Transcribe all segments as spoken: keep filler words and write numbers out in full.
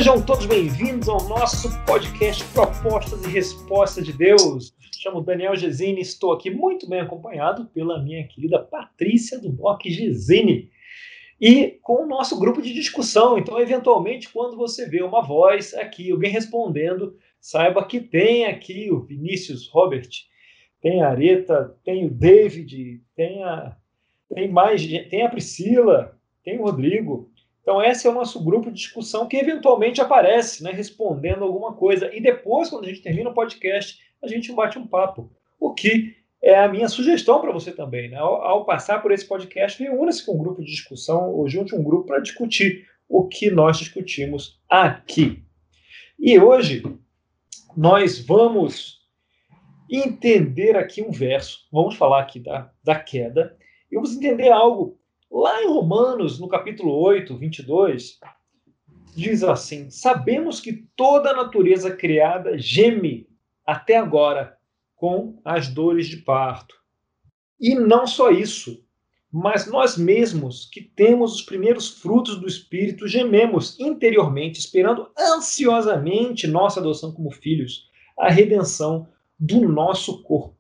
Sejam todos bem-vindos ao nosso podcast Propostas e Respostas de Deus. Me chamo Daniel Gesine e estou aqui muito bem acompanhado pela minha querida Patrícia do Boc Gesine e com o nosso grupo de discussão. Então, eventualmente, quando você vê uma voz aqui, alguém respondendo, saiba que tem aqui o Vinícius Robert, tem a Areta, tem o David, tem a, tem mais, tem a Priscila, tem o Rodrigo. Então, esse é o nosso grupo de discussão que eventualmente aparece, né, respondendo alguma coisa. E depois, quando a gente termina o podcast, a gente bate um papo. O que é a minha sugestão para você também. Né? Ao, ao passar por esse podcast, reúna-se com um grupo de discussão ou junte um grupo para discutir o que nós discutimos aqui. E hoje, nós vamos entender aqui um verso. Vamos falar aqui da, da queda. E vamos entender algo. Lá em Romanos, no capítulo oito, vinte e dois, diz assim: sabemos que toda a natureza criada geme até agora com as dores de parto. E não só isso, mas nós mesmos, que temos os primeiros frutos do Espírito, gememos interiormente, esperando ansiosamente nossa adoção como filhos, a redenção do nosso corpo.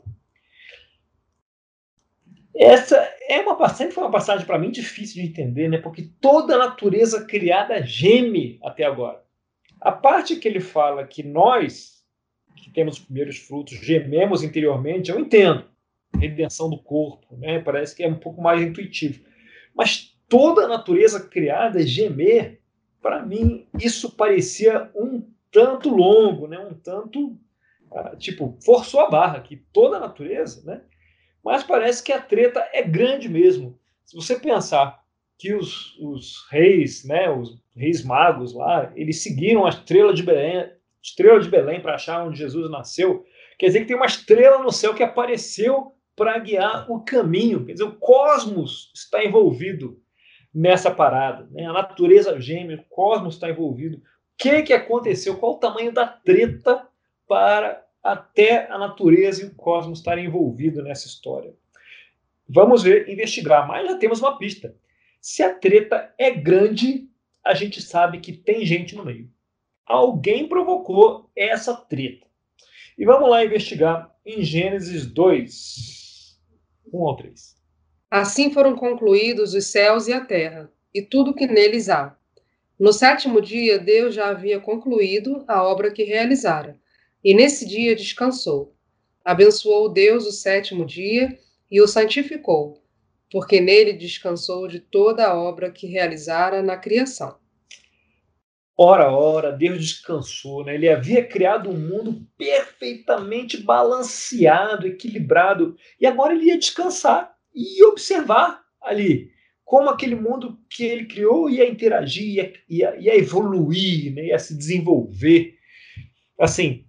Essa é uma passagem, foi uma passagem para mim difícil de entender, né? Porque toda a natureza criada geme até agora. A parte que ele fala que nós, que temos os primeiros frutos, gememos interiormente, eu entendo. Redenção do corpo, né? Parece que é um pouco mais intuitivo. Mas toda a natureza criada gemer, para mim, isso parecia um tanto longo, né? Um tanto, tipo, forçou a barra, que toda a natureza, né? Mas parece que a treta é grande mesmo. Se você pensar que os, os reis, né, os reis magos lá, eles seguiram a estrela de Belém, estrela de Belém para achar onde Jesus nasceu, quer dizer que tem uma estrela no céu que apareceu para guiar o caminho. Quer dizer, o cosmos está envolvido nessa parada. Né? A natureza gêmea, o cosmos está envolvido. O que, que aconteceu? Qual o tamanho da treta para até a natureza e o cosmos estarem envolvidos nessa história? Vamos ver, investigar, mas já temos uma pista. Se a treta é grande, a gente sabe que tem gente no meio. Alguém provocou essa treta. E vamos lá investigar em Gênesis dois, um ao três. Assim foram concluídos os céus e a terra, e tudo que neles há. No sétimo dia, Deus já havia concluído a obra que realizara. E nesse dia descansou. Abençoou Deus o sétimo dia e o santificou, porque nele descansou de toda a obra que realizara na criação. Ora, ora, Deus descansou, né? Ele havia criado um mundo perfeitamente balanceado, equilibrado, e agora ele ia descansar e observar ali como aquele mundo que ele criou ia interagir, ia, ia, ia evoluir, né? Ia se desenvolver. Assim,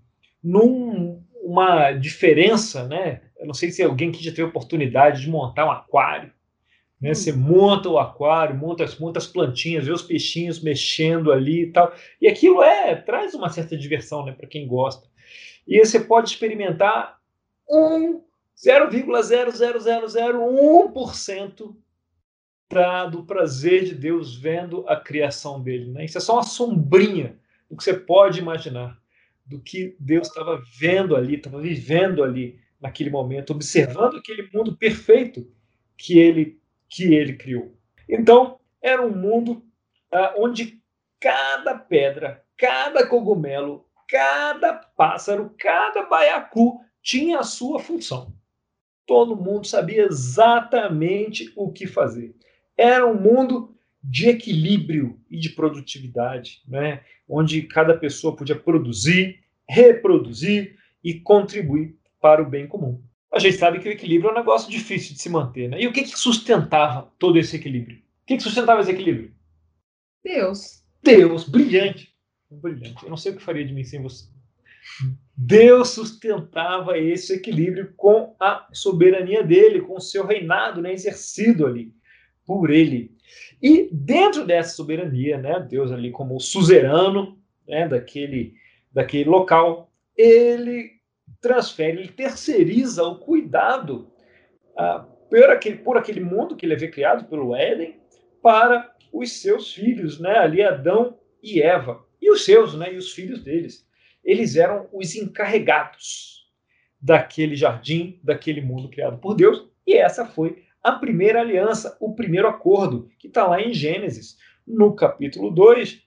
numa diferença, né? Eu não sei se alguém que já teve a oportunidade de montar um aquário, né? Hum. Você monta o aquário, monta, monta as plantinhas, vê os peixinhos mexendo ali e tal. E aquilo é, traz uma certa diversão, né, para quem gosta. E aí você pode experimentar um zero vírgula zero zero zero zero um por cento do prazer de Deus vendo a criação dele. Né? Isso é só uma sombrinha do que você pode imaginar, do que Deus estava vendo ali, estava vivendo ali naquele momento, observando aquele mundo perfeito que ele, que ele criou. Então, era um mundo ah, onde cada pedra, cada cogumelo, cada pássaro, cada baiacu tinha a sua função. Todo mundo sabia exatamente o que fazer. Era um mundo de equilíbrio e de produtividade, né? Onde cada pessoa podia produzir, reproduzir e contribuir para o bem comum. A gente sabe que o equilíbrio é um negócio difícil de se manter, né? E o que, que sustentava todo esse equilíbrio? O que, que sustentava esse equilíbrio? Deus. Deus, brilhante. Brilhante. Eu não sei o que faria de mim sem você. Deus sustentava esse equilíbrio com a soberania dele, com o seu reinado, né, exercido ali por ele. E dentro dessa soberania, né, Deus ali como o suzerano, né, daquele, daquele local, ele transfere, ele terceiriza o cuidado ah, por, aquele, por aquele mundo que ele havia criado, pelo Éden, para os seus filhos, né, ali Adão e Eva. e os seus, né, e os filhos deles. Eles eram os encarregados daquele jardim, daquele mundo criado por Deus, e essa foi a primeira aliança, o primeiro acordo, que está lá em Gênesis, no capítulo dois,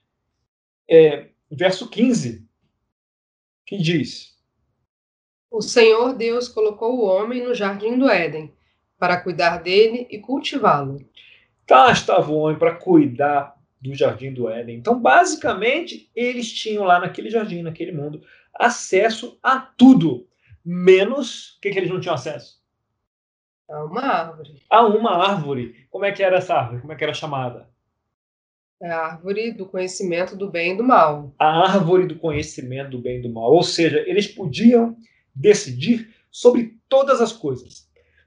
é, verso quinze, que diz: O Senhor Deus colocou o homem no jardim do Éden, para cuidar dele e cultivá-lo. Cá estava o homem para cuidar do jardim do Éden. Então, basicamente, eles tinham lá naquele jardim, naquele mundo, acesso a tudo, menos o que, que eles não tinham acesso? A uma árvore. A uma árvore. Como é que era essa árvore? Como é que era chamada? É a árvore do conhecimento do bem e do mal. A árvore do conhecimento do bem e do mal. Ou seja, eles podiam decidir sobre todas as coisas,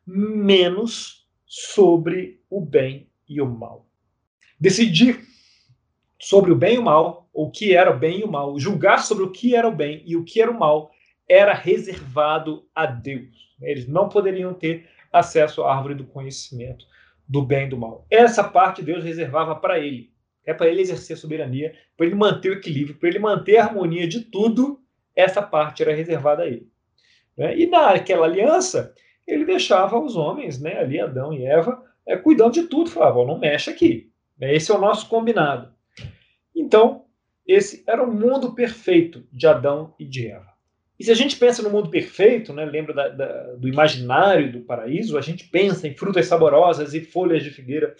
menos sobre o bem e o mal. Decidir sobre o bem e o mal, o que era o bem e o mal, julgar sobre o que era o bem e o que era o mal, era reservado a Deus. Eles não poderiam ter acesso à árvore do conhecimento do bem e do mal. Essa parte Deus reservava para ele. É para ele exercer soberania, para ele manter o equilíbrio, para ele manter a harmonia de tudo. Essa parte era reservada a ele. E naquela aliança, ele deixava os homens, né, ali Adão e Eva, é, cuidando de tudo. Falava, não mexe aqui. Esse é o nosso combinado. Então, esse era o mundo perfeito de Adão e de Eva. E se a gente pensa no mundo perfeito, né, lembra da, da, do imaginário do paraíso, a gente pensa em frutas saborosas e folhas de figueira,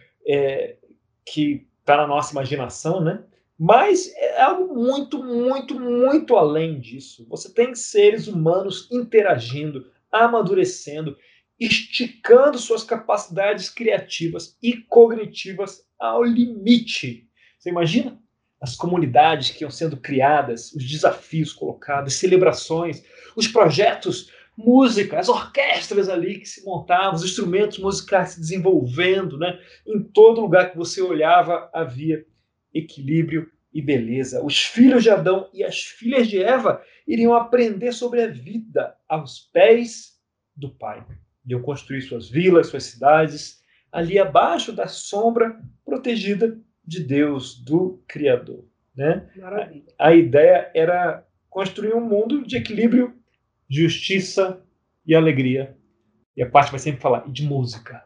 é, que está na nossa imaginação, né? Mas é algo muito, muito, muito além disso. Você tem seres humanos interagindo, amadurecendo, esticando suas capacidades criativas e cognitivas ao limite. Você imagina? As comunidades que iam sendo criadas, os desafios colocados, as celebrações, os projetos, música, as orquestras ali que se montavam, os instrumentos musicais se desenvolvendo, né? Em todo lugar que você olhava havia equilíbrio e beleza. Os filhos de Adão e as filhas de Eva iriam aprender sobre a vida aos pés do Pai. Iam construir suas vilas, suas cidades, ali abaixo da sombra protegida de Deus, do Criador. Né? Maravilha. A, a ideia era construir um mundo de equilíbrio, justiça e alegria. E a parte vai sempre falar, e de música.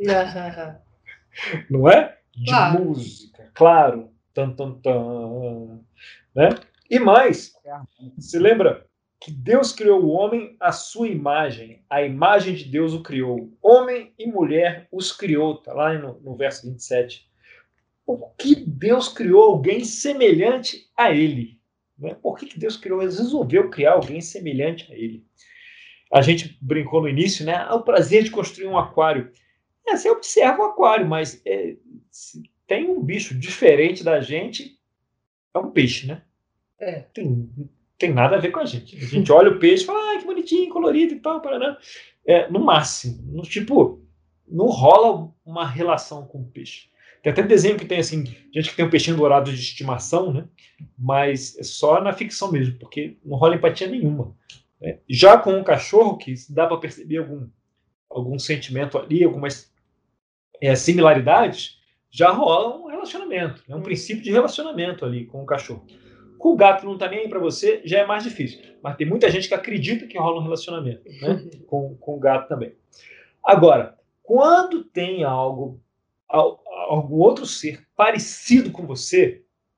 Não é? De Claro. música, claro. Tan, tan, tan. Né? E mais, se lembra que Deus criou o homem à sua imagem. A imagem de Deus o criou. Homem e mulher os criou. Está lá no, no verso vinte e sete. Por que Deus criou alguém semelhante a ele? Né? Por que Deus criou, resolveu criar alguém semelhante a ele? A gente brincou no início, né? Ah, o prazer de construir um aquário. É, você observa o aquário, mas é, se tem um bicho diferente da gente, é um peixe, né? É. Tem, tem nada a ver com a gente. A gente olha o peixe e fala, ah, que bonitinho, colorido e tal, paraná. É, no máximo. No, tipo, não rola uma relação com o peixe. Tem até desenho que tem assim, gente que tem um peixinho dourado de estimação, né? Mas é só na ficção mesmo, porque não rola empatia nenhuma. Né? Já com um cachorro, que dá para perceber algum, algum sentimento ali, algumas é, similaridades, já rola um relacionamento, né? Um princípio de relacionamento ali com o cachorro. Com o gato não tá nem aí para você, já é mais difícil. Mas tem muita gente que acredita que rola um relacionamento, né? com, com o gato também. Agora, quando tem algo, algum outro ser parecido com você,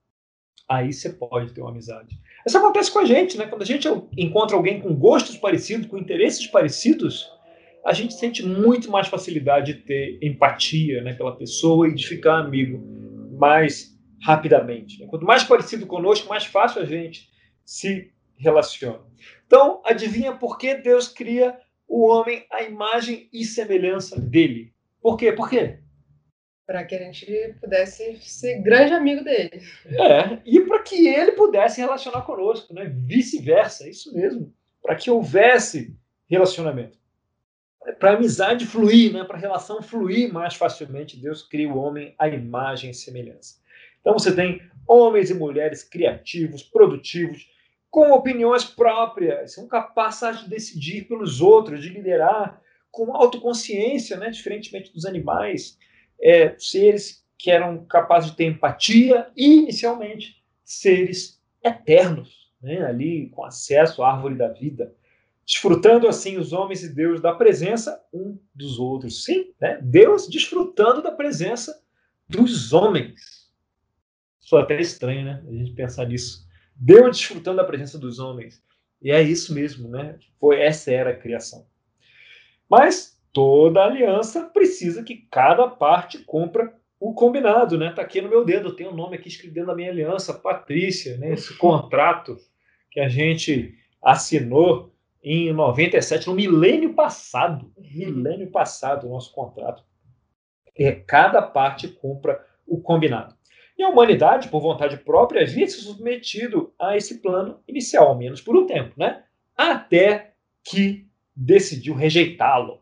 aí você pode ter uma amizade. Isso acontece com a gente, né? Quando a gente encontra alguém com gostos parecidos, com interesses parecidos, a gente sente muito mais facilidade de ter empatia, né, pela pessoa e de ficar amigo mais rapidamente. Né? Quanto mais parecido conosco, mais fácil a gente se relaciona. Então, adivinha por que Deus cria o homem à imagem e semelhança dele? Por quê? Por quê? Para que a gente pudesse ser grande amigo dele. É, e para que ele pudesse relacionar conosco, né? Vice-versa, isso mesmo. Para que houvesse relacionamento. Para a amizade fluir, né? Para a relação fluir mais facilmente, Deus cria o homem à imagem e semelhança. Então você tem homens e mulheres criativos, produtivos, com opiniões próprias, são capazes de decidir pelos outros, de liderar, com autoconsciência, né? Diferentemente dos animais, é, seres que eram capazes de ter empatia e, inicialmente, seres eternos, né? Ali com acesso à árvore da vida, desfrutando assim os homens e Deus da presença um dos outros. Sim, né? Deus desfrutando da presença dos homens. Isso é até estranho, né? A gente pensar nisso. Deus desfrutando da presença dos homens. E é isso mesmo, né? Foi, essa era a criação. Mas toda aliança precisa que cada parte cumpra o combinado, né? Tá aqui no meu dedo, eu tenho o nome aqui escrito dentro da minha aliança, Patrícia, né? Esse contrato que a gente assinou em noventa e sete, no milênio passado, milênio passado, o nosso contrato. É, cada parte cumpra o combinado. E a humanidade, por vontade própria, havia se submetido a esse plano inicial, ao menos por um tempo, né? Até que decidiu rejeitá-lo.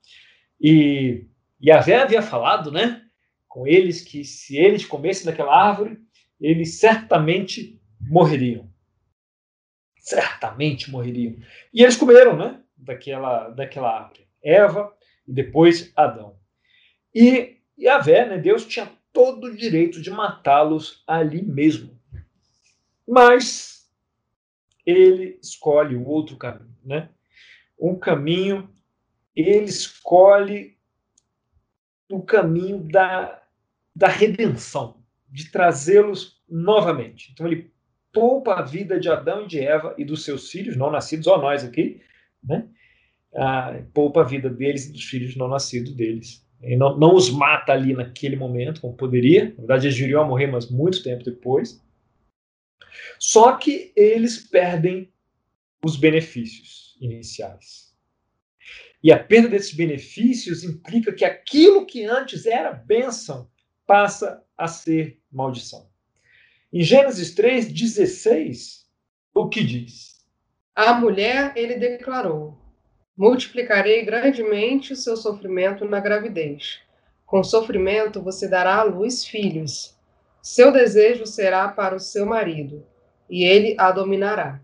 E Yahvé havia falado, né, com eles que se eles comessem daquela árvore, eles certamente morreriam. Certamente morreriam. E eles comeram, né, daquela, daquela árvore. Eva e depois Adão. E Yahvé, né, Deus tinha todo o direito de matá-los ali mesmo. Mas ele escolhe o outro caminho, né? Um caminho, ele escolhe o caminho da, da redenção, de trazê-los novamente. Então ele poupa a vida de Adão e de Eva e dos seus filhos, não nascidos, ó nós aqui, né? Ah, poupa a vida deles e dos filhos não nascidos deles. E não, não os mata ali naquele momento, como poderia. Na verdade, eles viriam a morrer, mas muito tempo depois. Só que eles perdem os benefícios iniciais. E a perda desses benefícios implica que aquilo que antes era bênção passa a ser maldição. Em Gênesis três, dezesseis, o que diz? À mulher ele declarou: multiplicarei grandemente o seu sofrimento na gravidez. Com sofrimento você dará à luz filhos. Seu desejo será para o seu marido, e ele a dominará.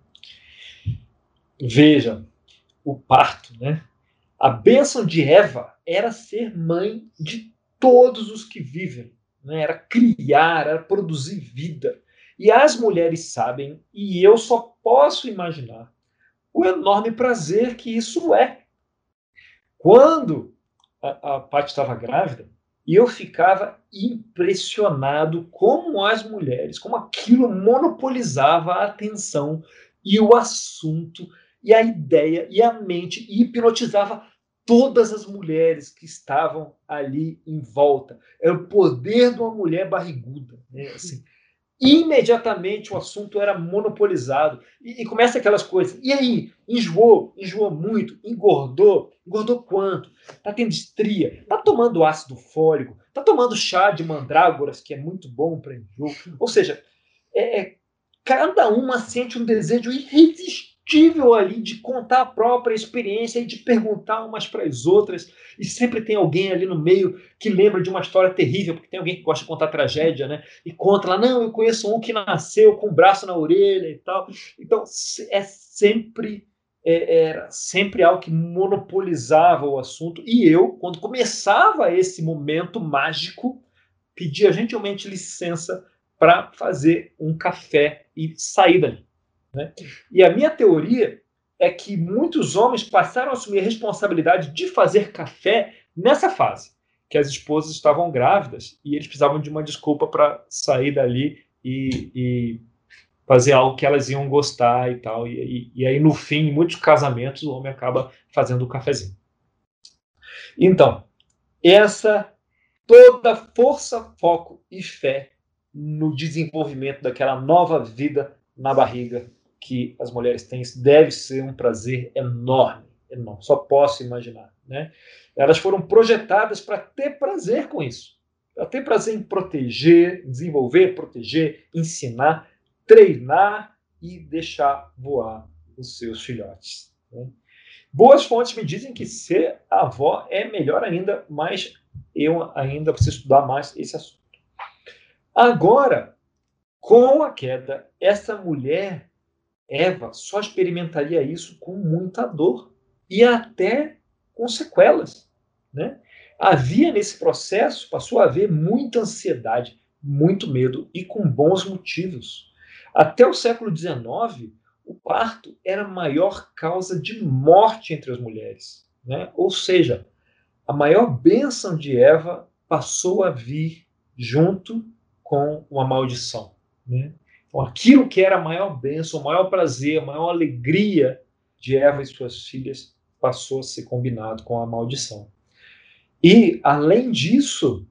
Veja, o parto, né? A bênção de Eva era ser mãe de todos os que vivem, né? Era criar, era produzir vida. E as mulheres sabem, e eu só posso imaginar, o enorme prazer que isso é. Quando a, a Paty estava grávida, e eu ficava impressionado como as mulheres, como aquilo monopolizava a atenção e o assunto e a ideia e a mente e hipnotizava todas as mulheres que estavam ali em volta. Era o poder de uma mulher barriguda, né? Assim, imediatamente o assunto era monopolizado. E, e começa aquelas coisas. E aí? Enjoou? Enjoou muito? Engordou? Engordou quanto? Tá tendo estria? Tá tomando ácido fólico? Tá tomando chá de mandrágoras, que é muito bom para enjoo? Ou seja, é, é, cada uma sente um desejo irresistível ali de contar a própria experiência e de perguntar umas para as outras. E sempre tem alguém ali no meio que lembra de uma história terrível, porque tem alguém que gosta de contar tragédia, né? E conta lá, não, eu conheço um que nasceu com o braço na orelha e tal. Então, é sempre... É, era sempre algo que monopolizava o assunto. E eu, quando começava esse momento mágico, pedia gentilmente licença para fazer um café e sair dali, né? E a minha teoria é que muitos homens passaram a assumir a responsabilidade de fazer café nessa fase, que as esposas estavam grávidas e eles precisavam de uma desculpa para sair dali e, e fazer algo que elas iam gostar e tal. E, e, e aí, no fim, em muitos casamentos, o homem acaba fazendo o cafezinho. Então, essa toda força, foco e fé no desenvolvimento daquela nova vida na barriga que as mulheres têm, deve ser um prazer enorme, enorme. Só posso imaginar, né? Elas foram projetadas para ter prazer com isso, para ter prazer em proteger, desenvolver, proteger, ensinar, treinar e deixar voar os seus filhotes, né? Boas fontes me dizem que ser avó é melhor ainda, mas eu ainda preciso estudar mais esse assunto. Agora, com a queda, essa mulher, Eva, só experimentaria isso com muita dor e até com sequelas, né? Havia nesse processo, passou a haver muita ansiedade, muito medo e com bons motivos. Até o século dezenove, o parto era a maior causa de morte entre as mulheres, né? Ou seja, a maior bênção de Eva passou a vir junto com uma maldição, né? Então, aquilo que era a maior bênção, o maior prazer, a maior alegria de Eva e suas filhas passou a ser combinado com a maldição. E, além disso,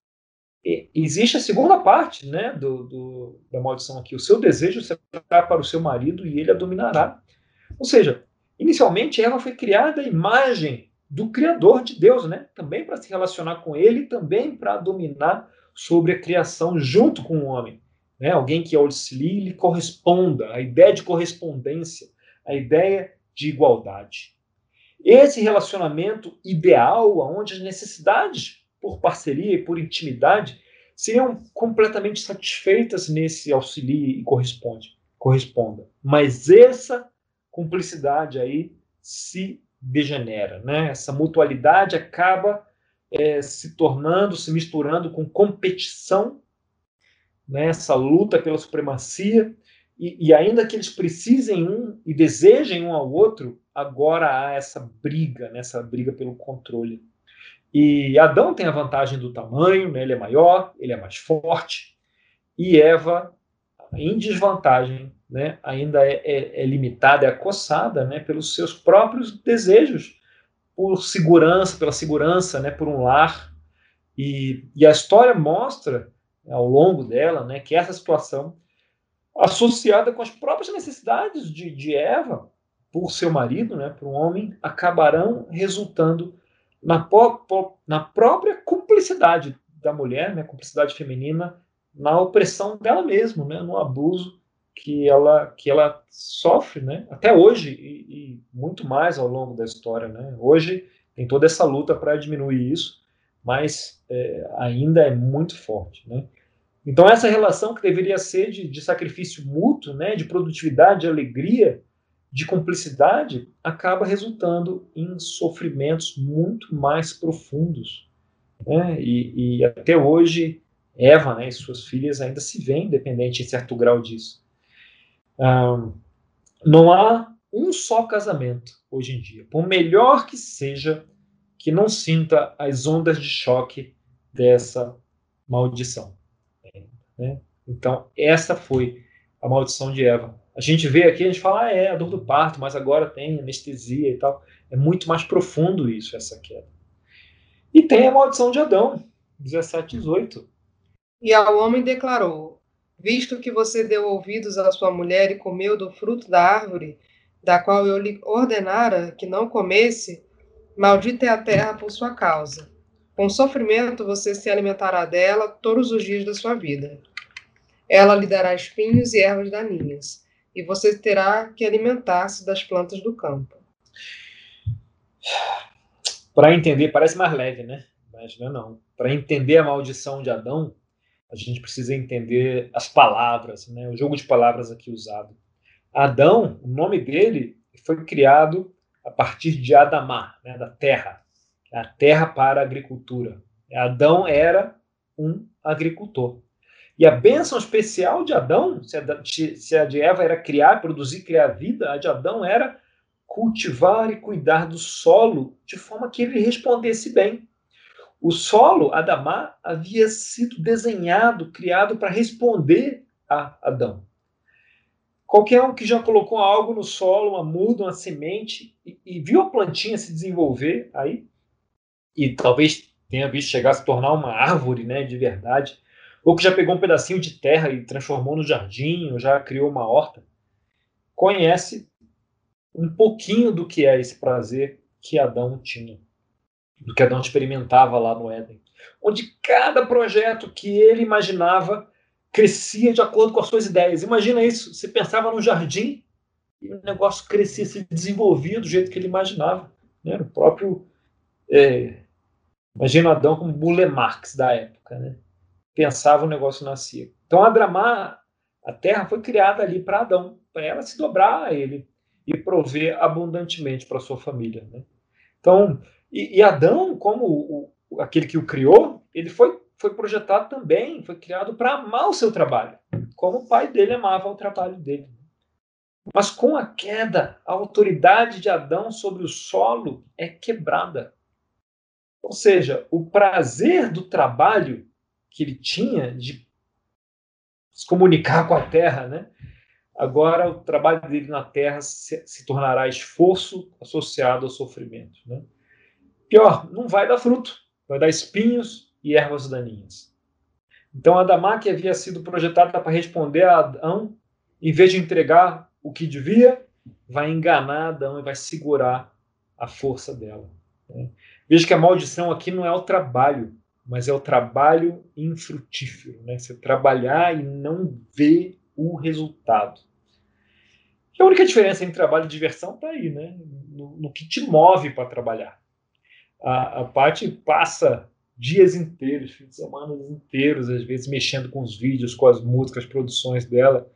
existe a segunda parte, né, do, do, da maldição aqui. O seu desejo será para o seu marido e ele a dominará. Ou seja, inicialmente Eva foi criada à imagem do Criador de Deus, né? Também para se relacionar com ele, também para dominar sobre a criação junto com o homem. Né? Alguém que auxilie e lhe corresponda, a ideia de correspondência, a ideia de igualdade. Esse relacionamento ideal, onde as necessidades por parceria e por intimidade seriam completamente satisfeitas nesse auxílio e corresponde, corresponda. Mas essa cumplicidade aí se degenera, né? Essa mutualidade acaba é, se tornando, se misturando com competição, né? Essa luta pela supremacia, e, e ainda que eles precisem um e desejem um ao outro, agora há essa briga, né? Essa briga pelo controle. E Adão tem a vantagem do tamanho, né? Ele é maior, ele é mais forte, e Eva, em desvantagem, né? Ainda é, é, é limitada, é acossada, né? Pelos seus próprios desejos, por segurança, pela segurança, né? Por um lar. E, e a história mostra, ao longo dela, né? Que essa situação, associada com as próprias necessidades de, de Eva, por seu marido, né? Por um homem, acabarão resultando na, na própria cumplicidade da mulher, né, cumplicidade feminina, na opressão dela mesma, né, no abuso que ela, que ela sofre, né, até hoje, e, e muito mais ao longo da história. Né. Hoje tem toda essa luta para diminuir isso, mas é, ainda é muito forte. Né. Então essa relação que deveria ser de, de sacrifício mútuo, né, de produtividade, de alegria, de cumplicidade, acaba resultando em sofrimentos muito mais profundos. Né? E, e até hoje, Eva, né, e suas filhas ainda se veem dependentes em certo grau disso. Ah, não há um só casamento hoje em dia, por melhor que seja, que não sinta as ondas de choque dessa maldição. Né? Então, essa foi a maldição de Eva. A gente vê aqui, a gente fala, ah, é a dor do parto, mas agora tem anestesia e tal. É muito mais profundo isso, essa queda. E tem a maldição de Adão, dezessete, dezoito. E ao homem declarou: visto que você deu ouvidos à sua mulher e comeu do fruto da árvore, da qual eu lhe ordenara que não comesse, maldita é a terra por sua causa. Com sofrimento você se alimentará dela todos os dias da sua vida. Ela lhe dará espinhos e ervas daninhas, e você terá que alimentar-se das plantas do campo. Para entender, parece mais leve, né? Mas não é não. Para entender a maldição de Adão, a gente precisa entender as palavras, né? O jogo de palavras aqui usado. Adão, o nome dele foi criado a partir de Adamá, né? Da terra. A terra para a agricultura. Adão era um agricultor. E a bênção especial de Adão, se a de Eva era criar, produzir, criar vida, a de Adão era cultivar e cuidar do solo de forma que ele respondesse bem. O solo, Adamá, havia sido desenhado, criado para responder a Adão. Qualquer um que já colocou algo no solo, uma muda, uma semente, e, e viu a plantinha se desenvolver aí, e talvez tenha visto chegar a se tornar uma árvore, né, de verdade, ou que já pegou um pedacinho de terra e transformou no jardim, ou já criou uma horta, conhece um pouquinho do que é esse prazer que Adão tinha, do que Adão experimentava lá no Éden, onde cada projeto que ele imaginava crescia de acordo com as suas ideias. Imagina isso, você pensava no jardim e o negócio crescia, se desenvolvia do jeito que ele imaginava. Né? O próprio... É, imagina Adão como Burle Marx da época, né? Pensava o negócio nascia. Então a Adramá, a terra foi criada ali para Adão, para ela se dobrar a ele e prover abundantemente para sua família. Né? Então, e, e Adão, como o, aquele que o criou, ele foi, foi projetado também, foi criado para amar o seu trabalho. como o pai dele amava o trabalho dele. Mas com a queda, a autoridade de Adão sobre o solo é quebrada. Ou seja, o prazer do trabalho que ele tinha de se comunicar com a terra, né? Agora o trabalho dele na terra se, se tornará esforço associado ao sofrimento. Né? Pior, não vai dar fruto, vai dar espinhos e ervas daninhas. Então a Adamá, que havia sido projetada para responder a Adão, em vez de entregar o que devia, vai enganar Adão e vai segurar a força dela. Né? Veja que a maldição aqui não é o trabalho, mas é o trabalho infrutífero. Né? Você trabalhar e não ver o resultado. E a única diferença entre trabalho e diversão está aí, né? no, no que te move para trabalhar. A, a Paty passa dias inteiros, fins de semana inteiros, às vezes mexendo com os vídeos, com as músicas, as produções dela.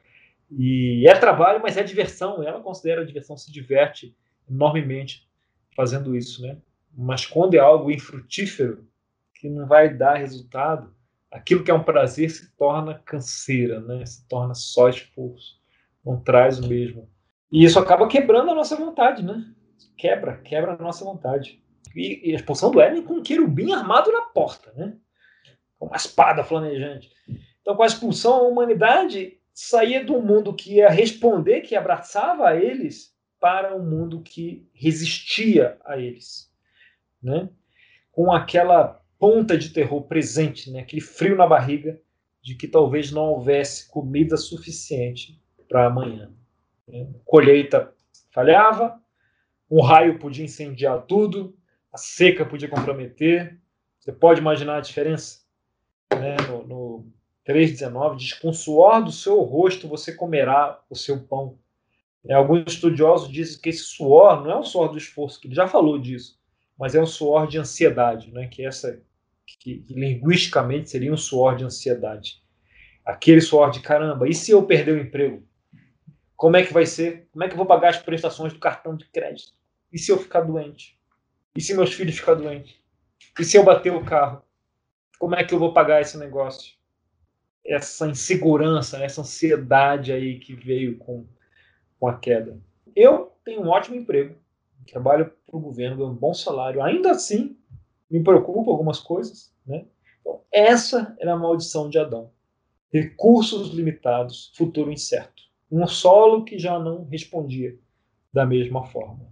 E é trabalho, mas é diversão. Ela considera a diversão, se diverte enormemente fazendo isso, né? Mas quando é algo infrutífero, que não vai dar resultado, aquilo que é um prazer se torna canseira, né? Se torna só esforço, não traz o mesmo. E isso acaba quebrando a nossa vontade, né? Quebra, quebra a nossa vontade. E, e a expulsão do Éden com um querubim armado na porta, né? Com uma espada flamejante. Então, com a expulsão, a humanidade saía do mundo que ia responder, que abraçava a eles, para um mundo que resistia a eles, né? Com aquela ponta de terror presente, né? Aquele frio na barriga de que talvez não houvesse comida suficiente para amanhã. Né? Colheita falhava, um raio podia incendiar tudo, a seca podia comprometer. Você pode imaginar a diferença? Né? No, no três dezenove diz: com o suor do seu rosto você comerá o seu pão. É, alguns estudiosos dizem que esse suor não é o suor do esforço, que ele já falou disso, mas é um suor de ansiedade, né? que, essa, que, que linguisticamente seria um suor de ansiedade. Aquele suor de caramba, e se eu perder o emprego? Como é que vai ser? Como é que eu vou pagar as prestações do cartão de crédito? E se eu ficar doente? E se meus filhos ficarem doentes? E se eu bater o carro? Como é que eu vou pagar esse negócio? Essa insegurança, essa ansiedade aí que veio com, com a queda. Eu tenho um ótimo emprego, trabalho para o governo, ganho um bom salário, ainda assim me preocupo com algumas coisas. Né? Então, essa era a maldição de Adão. Recursos limitados, futuro incerto. Um solo que já não respondia da mesma forma.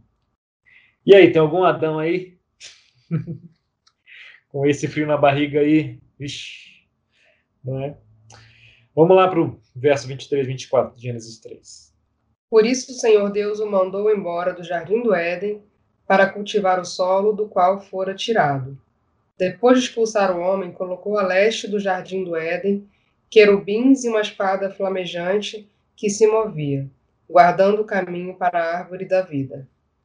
E aí, tem algum Adão aí? Com esse frio na barriga aí? Ixi, não é? Vamos lá para o verso vinte e três, vinte e quatro de Gênesis três. Por isso o Senhor Deus o mandou embora do jardim do Éden para cultivar o solo do qual fora tirado. Depois de expulsar o homem, colocou a leste do jardim do Éden querubins e uma espada flamejante que se movia, guardando o caminho para a árvore da vida.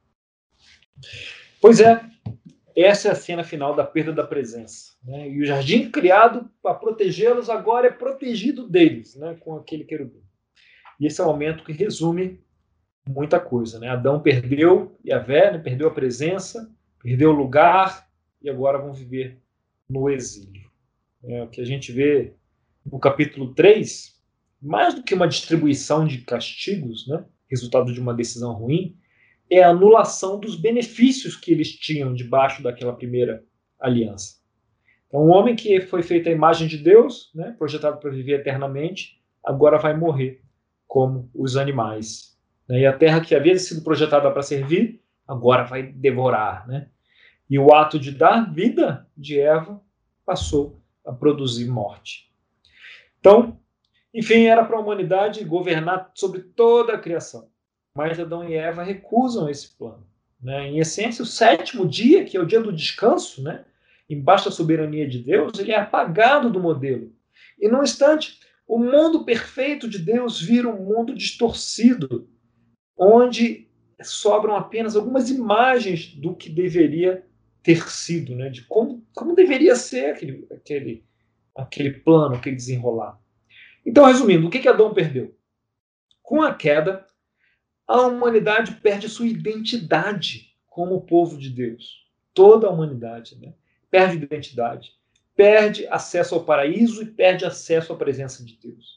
Pois é, essa é a cena final da perda da presença. Né? E o jardim criado para protegê-los agora é protegido deles, né? Com aquele querubim. E esse é o momento que resume muita coisa. Né? Adão perdeu Yahvé, né? Perdeu a presença, perdeu o lugar e agora vão viver no exílio. É, o que a gente vê no capítulo três, mais do que uma distribuição de castigos, né? Resultado de uma decisão ruim, é a anulação dos benefícios que eles tinham debaixo daquela primeira aliança. Então, um homem que foi feito à imagem de Deus, né, projetado para viver eternamente, agora vai morrer como os animais. Né? E a terra que havia sido projetada para servir, agora vai devorar. Né? E o ato de dar vida de Eva passou a produzir morte. Então, enfim, era para a humanidade governar sobre toda a criação. Mas Adão e Eva recusam esse plano. Né? Em essência, o sétimo dia, que é o dia do descanso, né? Embaixo da soberania de Deus, ele é apagado do modelo. E, num instante, o mundo perfeito de Deus vira um mundo distorcido, onde sobram apenas algumas imagens do que deveria ter sido, né? De como, como deveria ser aquele, aquele, aquele plano, aquele desenrolar. Então, resumindo, o que, que Adão perdeu? Com a queda, a humanidade perde sua identidade como povo de Deus. Toda a humanidade, né? Perde identidade, perde acesso ao paraíso e perde acesso à presença de Deus.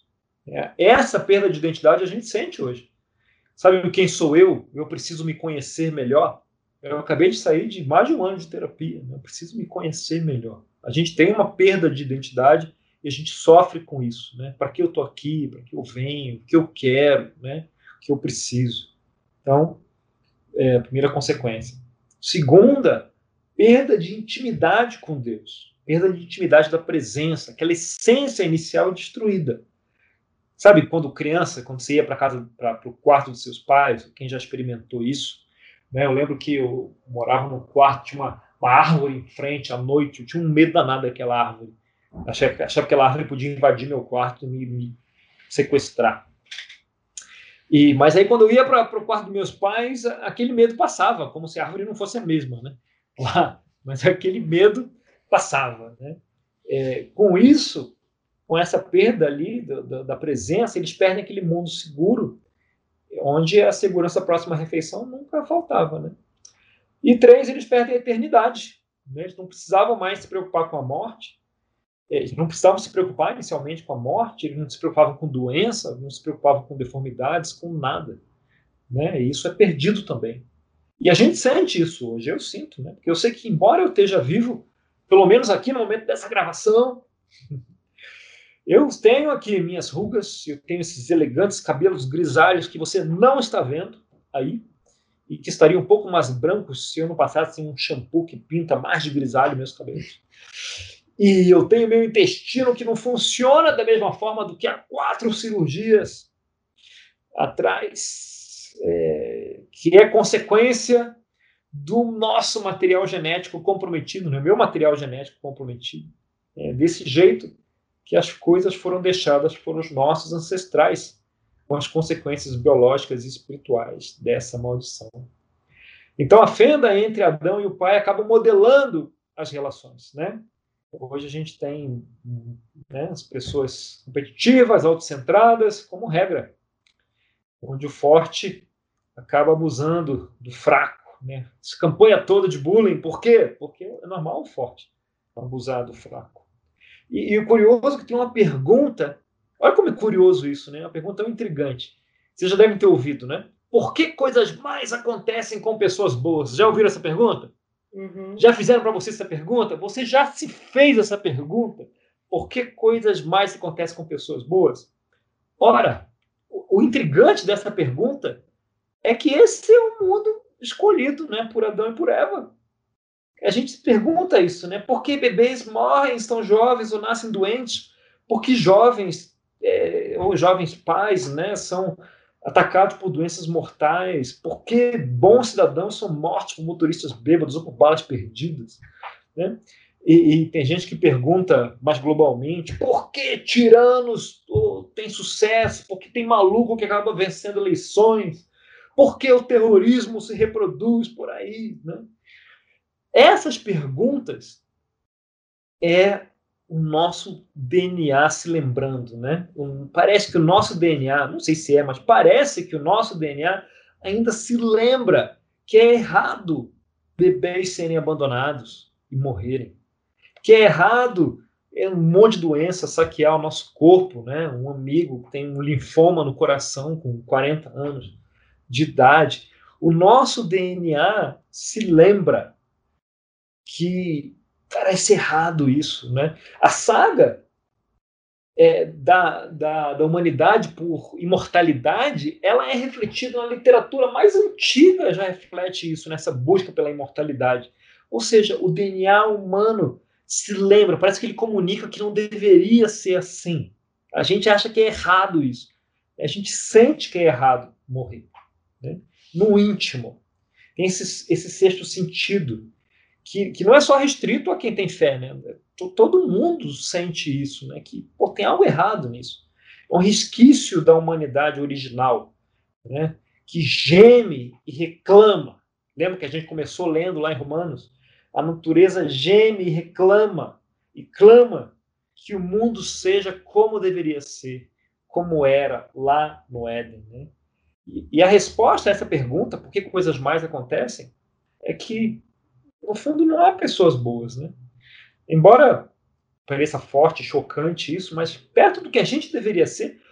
É, essa perda de identidade a gente sente hoje. Sabe quem sou eu? Eu preciso me conhecer melhor. Eu acabei de sair de mais de um ano de terapia. Né? Eu preciso me conhecer melhor. A gente tem uma perda de identidade e a gente sofre com isso. Né? Para que eu estou aqui? Para que eu venho? O que eu quero? Né? O que eu preciso? Então, é a primeira consequência. Segunda, perda de intimidade com Deus. Perda de intimidade da presença. Aquela essência inicial destruída. Sabe, quando criança, quando você ia para casa, para o quarto dos seus pais, quem já experimentou isso, né? Eu lembro que eu morava no quarto, tinha uma, uma árvore em frente à noite, eu tinha um medo danado daquela árvore. Achava, achava que aquela árvore podia invadir meu quarto e me, me sequestrar. E, mas aí quando eu ia para o quarto dos meus pais, aquele medo passava, como se a árvore não fosse a mesma, né? Lá, mas aquele medo passava, né? É, com isso, com essa perda ali da, da, da presença, eles perdem aquele mundo seguro, onde a segurança próxima à refeição nunca faltava, né? E três, eles perdem a eternidade. Né? Eles não precisavam mais se preocupar com a morte. Eles não precisavam se preocupar inicialmente com a morte, eles não se preocupavam com doença, não se preocupavam com deformidades, com nada. Né? E isso é perdido também. E a gente sente isso hoje, eu sinto, né? Porque eu sei que, embora eu esteja vivo, pelo menos aqui no momento dessa gravação, eu tenho aqui minhas rugas, eu tenho esses elegantes cabelos grisalhos que você não está vendo aí, e que estariam um pouco mais brancos se eu não passasse um shampoo que pinta mais de grisalho meus cabelos. E eu tenho meu intestino que não funciona da mesma forma do que há quatro cirurgias atrás, é, que é consequência do nosso material genético comprometido, né? Meu material genético comprometido. É desse jeito que as coisas foram deixadas por os nossos ancestrais, com as consequências biológicas e espirituais dessa maldição. Então, a fenda entre Adão e o pai acaba modelando as relações, né? Hoje a gente tem, né, as pessoas competitivas, autocentradas, como regra, onde o forte acaba abusando do fraco, né? Essa campanha toda de bullying, por quê? Porque é normal o forte abusar do fraco. E, e o curioso é que tem uma pergunta, olha como é curioso isso, né? Uma pergunta tão intrigante. Vocês já devem ter ouvido, né? Por que coisas mais acontecem com pessoas boas? Já ouviram essa pergunta? Uhum. Já fizeram para você essa pergunta? Você já se fez essa pergunta? Por que coisas mais acontecem com pessoas boas? Ora, o, o intrigante dessa pergunta é que esse é o mundo escolhido, né, por Adão e por Eva. A gente se pergunta isso, né? Por que bebês morrem, estão jovens ou nascem doentes? Por que jovens é, ou jovens pais, né, são atacados por doenças mortais? Por que bons cidadãos são mortos por motoristas bêbados ou por balas perdidas? Né? E, e tem gente que pergunta mais globalmente por que tiranos oh, têm sucesso? Por que tem maluco que acaba vencendo eleições? Por que o terrorismo se reproduz por aí? Né? Essas perguntas é o nosso D N A se lembrando, né? Um, parece que o nosso D N A, não sei se é, mas parece que o nosso D N A ainda se lembra que é errado bebês serem abandonados e morrerem, que é errado é um monte de doença saquear o nosso corpo, né? Um amigo que tem um linfoma no coração com quarenta anos de idade. O nosso D N A se lembra que parece errado isso, né? A saga é, da, da, da humanidade por imortalidade, ela é refletida na literatura mais antiga, já reflete isso, nessa busca pela imortalidade. Ou seja, o D N A humano se lembra, parece que ele comunica que não deveria ser assim. A gente acha que é errado isso. A gente sente que é errado morrer. Né? No íntimo. Tem esse, esse sexto sentido que, que não é só restrito a quem tem fé, né? Todo mundo sente isso, né? Que pô, tem algo errado nisso. É um resquício da humanidade original, né? Que geme e reclama. Lembra que a gente começou lendo lá em Romanos? A natureza geme e reclama e clama que o mundo seja como deveria ser, como era lá no Éden, né? E, e a resposta a essa pergunta, por que coisas mais acontecem, é que no fundo não há pessoas boas, né? Embora pareça forte, chocante isso, mas perto do que a gente deveria ser,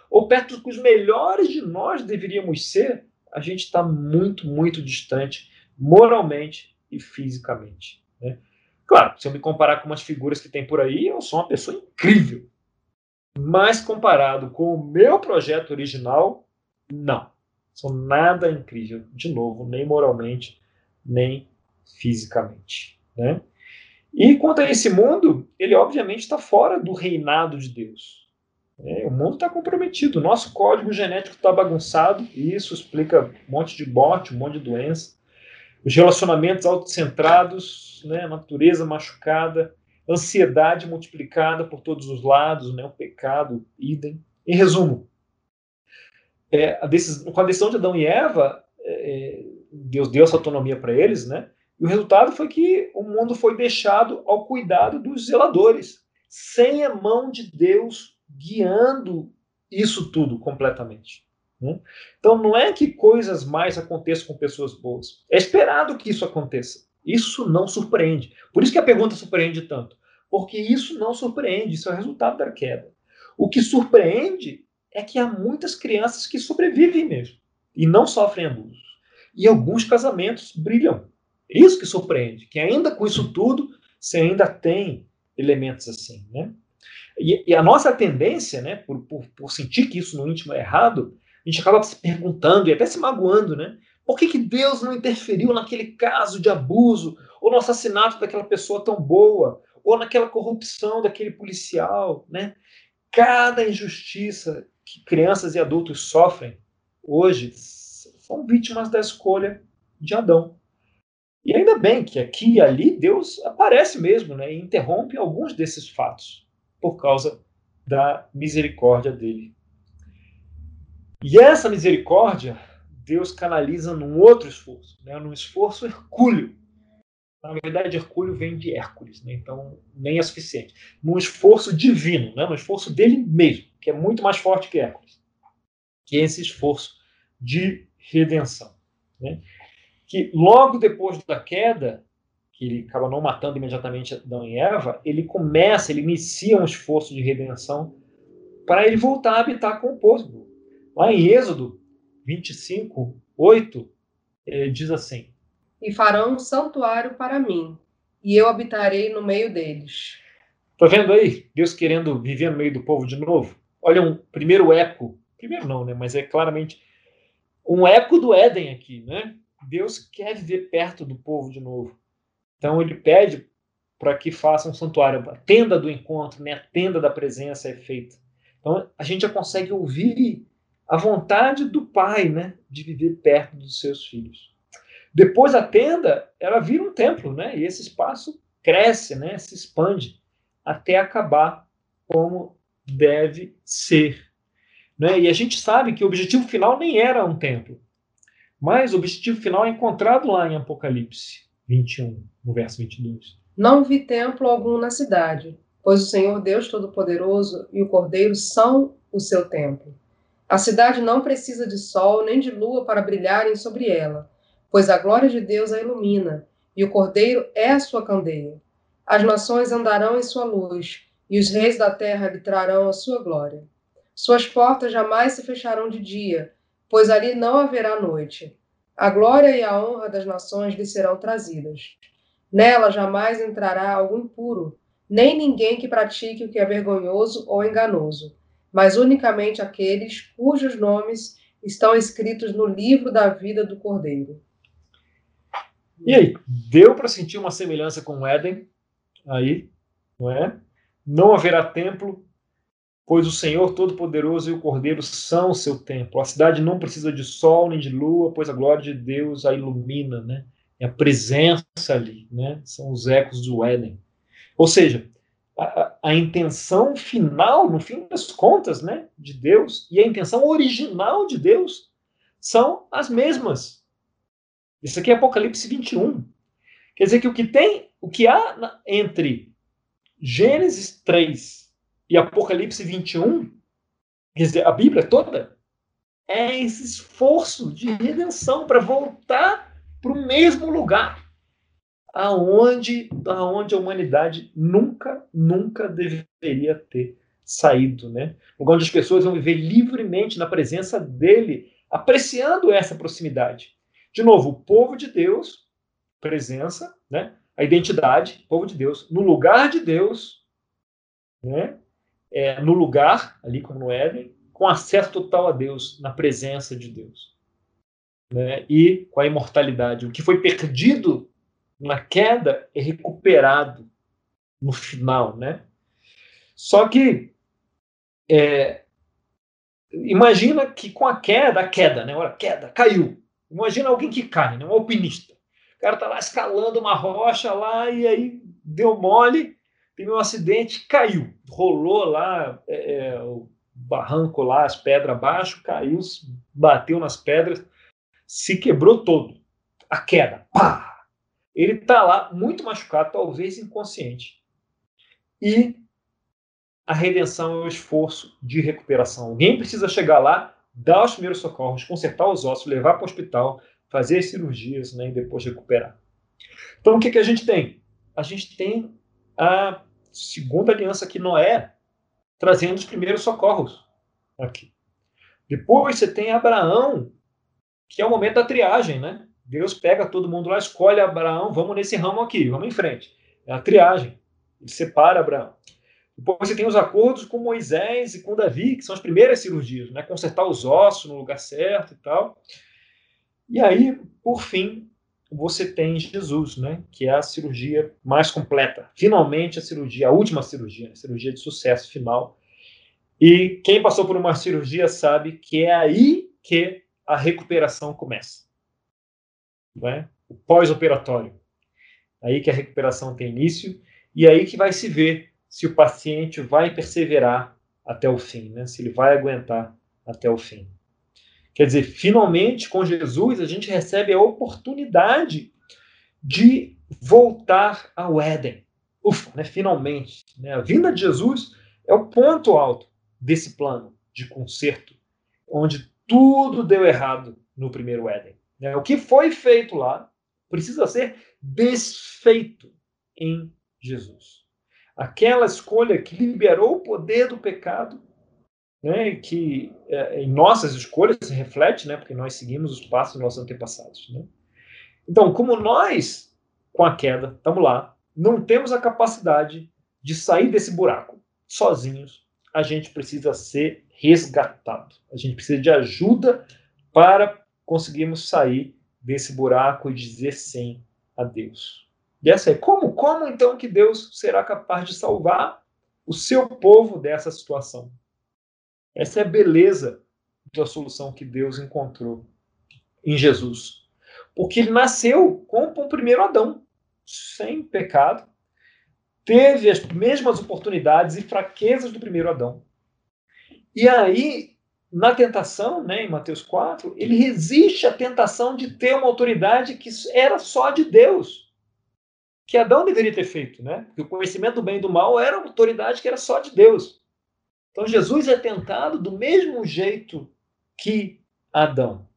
ou perto do que os melhores de nós deveríamos ser, a gente está muito, muito distante moralmente e fisicamente, né? Claro, se eu me comparar com umas figuras que tem por aí, eu sou uma pessoa incrível. Mas comparado com o meu projeto original, não. Sou nada incrível, de novo, nem moralmente, nem fisicamente, né? E quanto a esse mundo, ele obviamente está fora do reinado de Deus. É, o mundo está comprometido, o nosso código genético está bagunçado, e isso explica um monte de morte, um monte de doença. Os relacionamentos autocentrados, né, a natureza machucada, ansiedade multiplicada por todos os lados, né, o pecado, idem. Em resumo, é, a decisão, com a decisão de Adão e Eva, é, Deus deu essa autonomia para eles, né, e o resultado foi que o mundo foi deixado ao cuidado dos zeladores, sem a mão de Deus guiando isso tudo completamente. Né? Então não é que coisas mais aconteçam com pessoas boas. É esperado que isso aconteça. Isso não surpreende. Por isso que a pergunta surpreende tanto. Porque isso não surpreende, isso é o resultado da queda. O que surpreende é que há muitas crianças que sobrevivem mesmo e não sofrem abusos. E alguns casamentos brilham. Isso que surpreende, que ainda com isso tudo, você ainda tem elementos assim, né? E, e a nossa tendência, né, por, por, por sentir que isso no íntimo é errado, a gente acaba se perguntando e até se magoando, né? Por que, que Deus não interferiu naquele caso de abuso, ou no assassinato daquela pessoa tão boa, ou naquela corrupção daquele policial, né? Cada injustiça que crianças e adultos sofrem hoje são vítimas da escolha de Adão. E ainda bem que aqui e ali Deus aparece mesmo, né, e interrompe alguns desses fatos por causa da misericórdia dele. E essa misericórdia Deus canaliza num outro esforço, né, num esforço hercúleo. Na verdade, Hercúleo vem de Hércules, né, então nem é suficiente. Num esforço divino, né, num esforço dele mesmo, que é muito mais forte que Hércules, que é esse esforço de redenção, né? Que logo depois da queda, que ele acaba não matando imediatamente Adão e Eva, ele começa, ele inicia um esforço de redenção para ele voltar a habitar com o povo. Lá em Êxodo vinte e cinco, oito, eh, diz assim: E farão um santuário para mim, e eu habitarei no meio deles. Tá vendo aí? Deus querendo viver no meio do povo de novo? Olha um primeiro eco. Primeiro não, né? Mas é claramente um eco do Éden aqui, né? Deus quer viver perto do povo de novo. Então ele pede para que faça um santuário. A tenda do encontro, né? A tenda da presença é feita. Então a gente já consegue ouvir a vontade do Pai, né? De viver perto dos seus filhos. Depois a tenda, ela vira um templo, né? E esse espaço cresce, né? Se expande até acabar como deve ser, né? E a gente sabe que o objetivo final nem era um templo, mas o objetivo final é encontrado lá em Apocalipse vinte e um, no verso vinte e dois. Não vi templo algum na cidade, pois o Senhor Deus Todo-Poderoso e o Cordeiro são o seu templo. A cidade não precisa de sol nem de lua para brilharem sobre ela, pois a glória de Deus a ilumina, e o Cordeiro é a sua candeia. As nações andarão em sua luz, e os reis da terra lhe trarão a sua glória. Suas portas jamais se fecharão de dia, pois ali não haverá noite. A glória e a honra das nações lhe serão trazidas. Nela jamais entrará algum impuro, nem ninguém que pratique o que é vergonhoso ou enganoso, mas unicamente aqueles cujos nomes estão escritos no livro da vida do Cordeiro. E aí, deu para sentir uma semelhança com o Éden? Aí, não é? Não haverá templo, pois o Senhor Todo-Poderoso e o Cordeiro são o seu templo. A cidade não precisa de sol nem de lua, pois a glória de Deus a ilumina, né? É a presença ali, né? São os ecos do Éden. Ou seja, a, a intenção final, no fim das contas, né, de Deus, e a intenção original de Deus são as mesmas. Isso aqui é Apocalipse vinte e um. Quer dizer que o que tem, o que há entre Gênesis três e Apocalipse vinte e um, quer dizer, a Bíblia toda, é esse esforço de redenção para voltar para o mesmo lugar aonde, aonde a humanidade nunca, nunca deveria ter saído, né? Um lugar onde as pessoas vão viver livremente na presença dele, apreciando essa proximidade. De novo, o povo de Deus, presença, né? A identidade, povo de Deus, no lugar de Deus, né? É, no lugar, ali como no Éden, com acesso total a Deus, na presença de Deus. Né? E com a imortalidade. O que foi perdido na queda é recuperado no final. Né? Só que é, imagina que com a queda, a queda, né? Olha, queda, caiu. Imagina alguém que cai, né? Um alpinista. O cara está lá escalando uma rocha lá e aí deu mole, teve um acidente, caiu. Rolou lá é, é, o barranco lá, as pedras abaixo, caiu, bateu nas pedras, se quebrou todo. A queda, pá! Ele está lá muito machucado, talvez inconsciente. E a redenção é o esforço de recuperação. Alguém precisa chegar lá, dar os primeiros socorros, consertar os ossos, levar para o hospital, fazer as cirurgias, né, e depois recuperar. Então, o que, que a gente tem? A gente tem a segunda aliança aqui, Noé, trazendo os primeiros socorros aqui. Depois você tem Abraão, que é o momento da triagem, né? Deus pega todo mundo lá, escolhe Abraão, vamos nesse ramo aqui, vamos em frente. É a triagem. Ele separa Abraão. Depois você tem os acordos com Moisés e com Davi, que são as primeiras cirurgias, né? Consertar os ossos no lugar certo e tal. E aí, por fim, você tem Jesus, né? Que é a cirurgia mais completa. Finalmente a cirurgia, a última cirurgia, a cirurgia de sucesso final. E quem passou por uma cirurgia sabe que é aí que a recuperação começa. Né? O pós-operatório. Aí que a recuperação tem início e aí que vai se ver se o paciente vai perseverar até o fim, né? Se ele vai aguentar até o fim. Quer dizer, finalmente, com Jesus, a gente recebe a oportunidade de voltar ao Éden. Ufa, né? Finalmente. Né? A vinda de Jesus é o ponto alto desse plano de conserto, onde tudo deu errado no primeiro Éden. Né? O que foi feito lá precisa ser desfeito em Jesus. Aquela escolha que liberou o poder do pecado, né, que é, em nossas escolhas se reflete, né, porque nós seguimos os passos dos nossos antepassados. Né? Então, como nós, com a queda, estamos lá, não temos a capacidade de sair desse buraco sozinhos, a gente precisa ser resgatado. A gente precisa de ajuda para conseguirmos sair desse buraco e dizer sim a Deus. E essa é como? Como então que Deus será capaz de salvar o seu povo dessa situação? Essa é a beleza da solução que Deus encontrou em Jesus. Porque ele nasceu como o primeiro Adão, sem pecado, teve as mesmas oportunidades e fraquezas do primeiro Adão. E aí, na tentação, né, em Mateus quatro, ele resiste à tentação de ter uma autoridade que era só de Deus, que Adão deveria ter feito, né? Porque o conhecimento do bem e do mal era uma autoridade que era só de Deus. Então Jesus é tentado do mesmo jeito que Adão.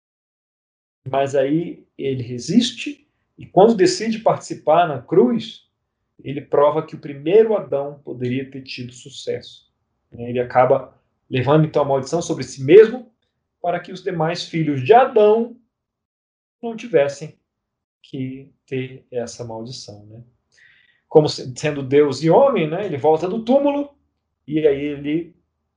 Mas aí ele resiste e quando decide participar na cruz, ele prova que o primeiro Adão poderia ter tido sucesso. Ele acaba levando então a maldição sobre si mesmo para que os demais filhos de Adão não tivessem que ter essa maldição. Né? Como sendo Deus e homem, né? Ele volta do túmulo e aí ele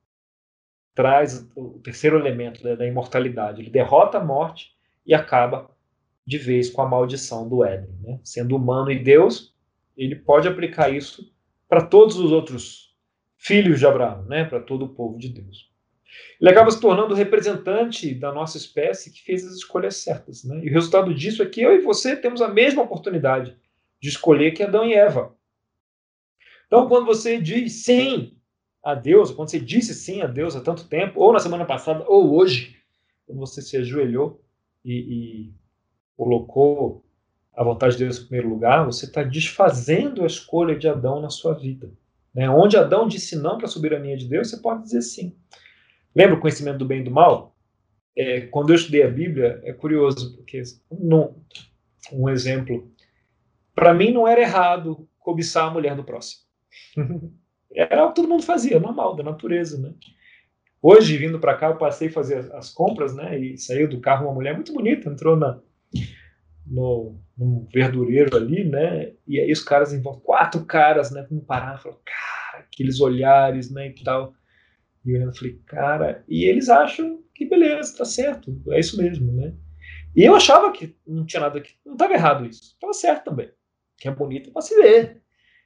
traz o terceiro elemento da imortalidade. Ele derrota a morte e acaba de vez com a maldição do Éden. Né? Sendo humano e Deus, ele pode aplicar isso para todos os outros filhos de Abraão, né? Para todo o povo de Deus. Ele acaba se tornando o representante da nossa espécie que fez as escolhas certas. Né? E o resultado disso é que eu e você temos a mesma oportunidade de escolher que Adão e Eva. Então, quando você diz sim a Deus, quando você disse sim a Deus há tanto tempo, ou na semana passada, ou hoje, quando você se ajoelhou e, e colocou a vontade de Deus em primeiro lugar, você está desfazendo a escolha de Adão na sua vida. Né? Onde Adão disse não para a soberania de Deus, você pode dizer sim. Lembra o conhecimento do bem e do mal? É, quando eu estudei a Bíblia, é curioso, porque não, um exemplo, para mim não era errado cobiçar a mulher do próximo. Era o que todo mundo fazia, normal, da natureza, né? Hoje, vindo para cá, eu passei a fazer as compras, né? E saiu do carro uma mulher muito bonita, entrou na, no, num verdureiro ali, né? E aí os caras, quatro caras, né? Não pararam, falaram, cara, aqueles olhares, né? E tal. E eu falei, cara, e eles acham que beleza, tá certo, é isso mesmo, né? E eu achava que não tinha nada que. Não estava errado isso, estava certo também. Que é bonito para se ver.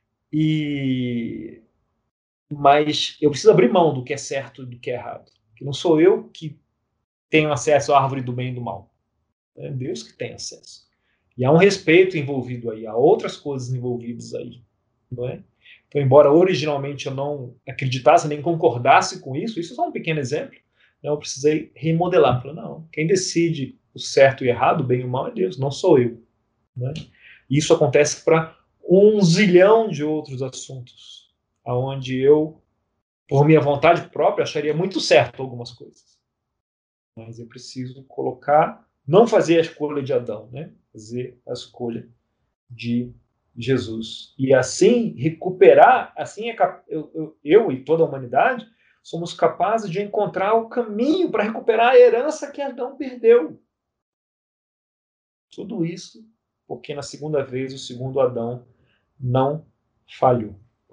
E mas eu preciso abrir mão do que é certo e do que é errado. Que não sou eu que tenho acesso à árvore do bem e do mal. É Deus que tem acesso. E há um respeito envolvido aí, há outras coisas envolvidas aí, não é? Então, embora originalmente eu não acreditasse nem concordasse com isso, isso é só um pequeno exemplo, né? Eu precisei remodelar. Falei, não, quem decide o certo e errado, o bem e o mal é Deus, não sou eu, né? E isso acontece para um zilhão de outros assuntos, aonde eu, por minha vontade própria, acharia muito certo algumas coisas. Mas eu preciso colocar, não fazer a escolha de Adão, né? Fazer a escolha de Jesus. E assim recuperar, assim é eu, eu, eu e toda a humanidade somos capazes de encontrar o caminho para recuperar a herança que Adão perdeu. Tudo isso porque na segunda vez o segundo Adão não falhou.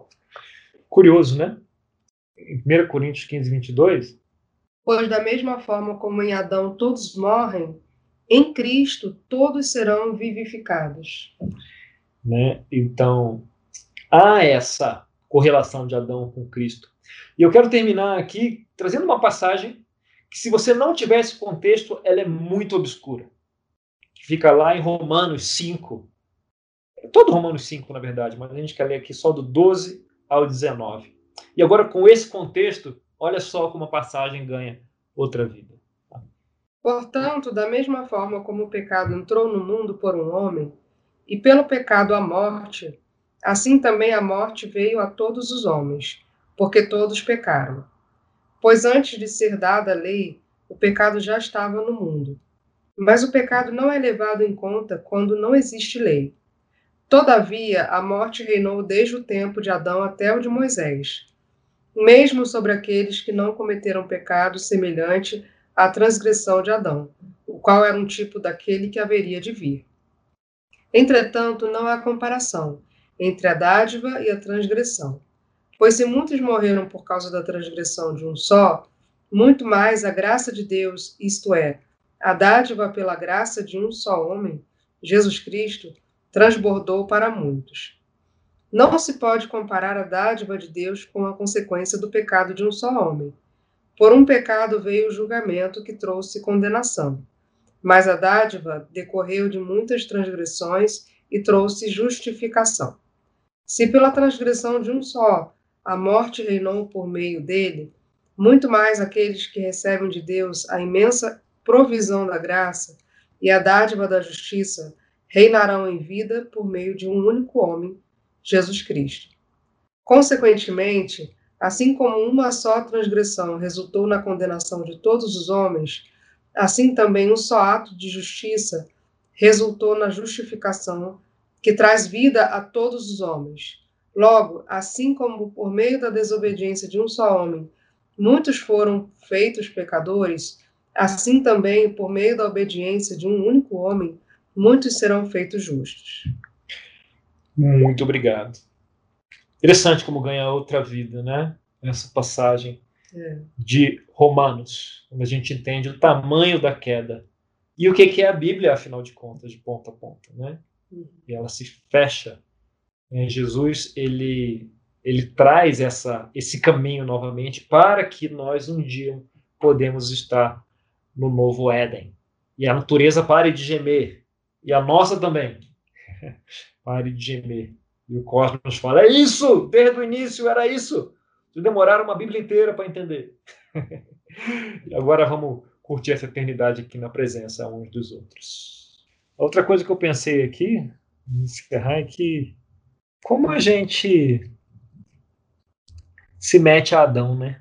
Curioso, né? Em primeira Coríntios quinze, vinte e dois, Pois da mesma forma como em Adão todos morrem, em Cristo todos serão vivificados. né? Então, há essa correlação de Adão com Cristo. E eu quero terminar aqui trazendo uma passagem que, se você não tiver esse contexto, ela é muito obscura. Que fica lá em Romanos cinco. Todo Romanos cinco, na verdade, mas a gente quer ler aqui só do doze ao dezenove. E agora, com esse contexto, olha só como a passagem ganha outra vida. Portanto, da mesma forma como o pecado entrou no mundo por um homem, e pelo pecado a morte, assim também a morte veio a todos os homens, porque todos pecaram. Pois antes de ser dada a lei, o pecado já estava no mundo. Mas o pecado não é levado em conta quando não existe lei. Todavia, a morte reinou desde o tempo de Adão até o de Moisés, mesmo sobre aqueles que não cometeram pecado semelhante à transgressão de Adão, o qual era um tipo daquele que haveria de vir. Entretanto, não há comparação entre a dádiva e a transgressão. Pois se muitos morreram por causa da transgressão de um só, muito mais a graça de Deus, isto é, a dádiva pela graça de um só homem, Jesus Cristo, transbordou para muitos. Não se pode comparar a dádiva de Deus com a consequência do pecado de um só homem. Por um pecado veio o julgamento que trouxe condenação, mas a dádiva decorreu de muitas transgressões e trouxe justificação. Se pela transgressão de um só a morte reinou por meio dele, muito mais aqueles que recebem de Deus a imensa provisão da graça e a dádiva da justiça reinarão em vida por meio de um único homem, Jesus Cristo. Consequentemente, assim como uma só transgressão resultou na condenação de todos os homens, assim também um só ato de justiça resultou na justificação que traz vida a todos os homens. Logo, assim como por meio da desobediência de um só homem muitos foram feitos pecadores, assim também por meio da obediência de um único homem muitos serão feitos justos. Muito obrigado. Interessante como ganha outra vida, né? Essa passagem É. de Romanos, quando a gente entende o tamanho da queda. E o que é a Bíblia, afinal de contas, de ponta a ponta, né? E ela se fecha. É, Jesus, ele, ele traz essa, esse caminho novamente para que nós um dia podemos estar no novo Éden. E a natureza pare de gemer. E a nossa também. Pare de gemer. E o Cosmos fala, é isso! Desde o início era isso! Demoraram uma Bíblia inteira para entender. E agora vamos curtir essa eternidade aqui na presença uns dos outros. Outra coisa que eu pensei aqui, encerrar, é que como a gente se mete a Adão, né?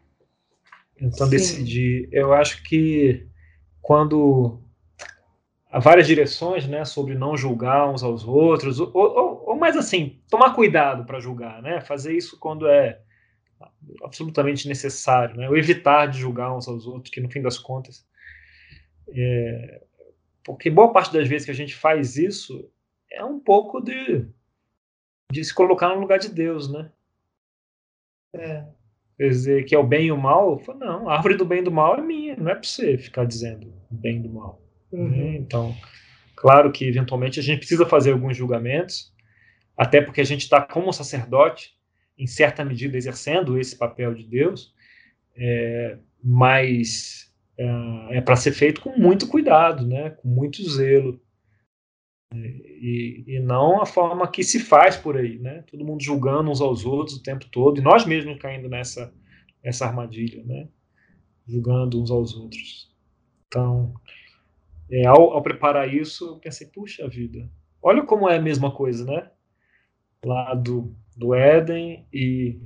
Então, Sim. decidir. Eu acho que quando há várias direções, né, sobre não julgar uns aos outros, ou, ou, ou mais assim, tomar cuidado para julgar, né, fazer isso quando é absolutamente necessário, né, ou evitar de julgar uns aos outros, que no fim das contas, é, porque boa parte das vezes que a gente faz isso é um pouco de, de se colocar no lugar de Deus, né? É. Quer dizer, que é o bem e o mal, falo, não, a árvore do bem e do mal é minha, não é para você ficar dizendo o bem e do mal. Uhum. Né? Então, claro que eventualmente a gente precisa fazer alguns julgamentos, até porque a gente está como sacerdote, em certa medida, exercendo esse papel de Deus, é, mas é, é para ser feito com muito cuidado, né? Com muito zelo. E, e não a forma que se faz por aí, né? Todo mundo julgando uns aos outros o tempo todo, e nós mesmos caindo nessa, nessa armadilha, né? Julgando uns aos outros. Então, é, ao, ao preparar isso, eu pensei, puxa vida, olha como é a mesma coisa, né? Lá do, do Éden e,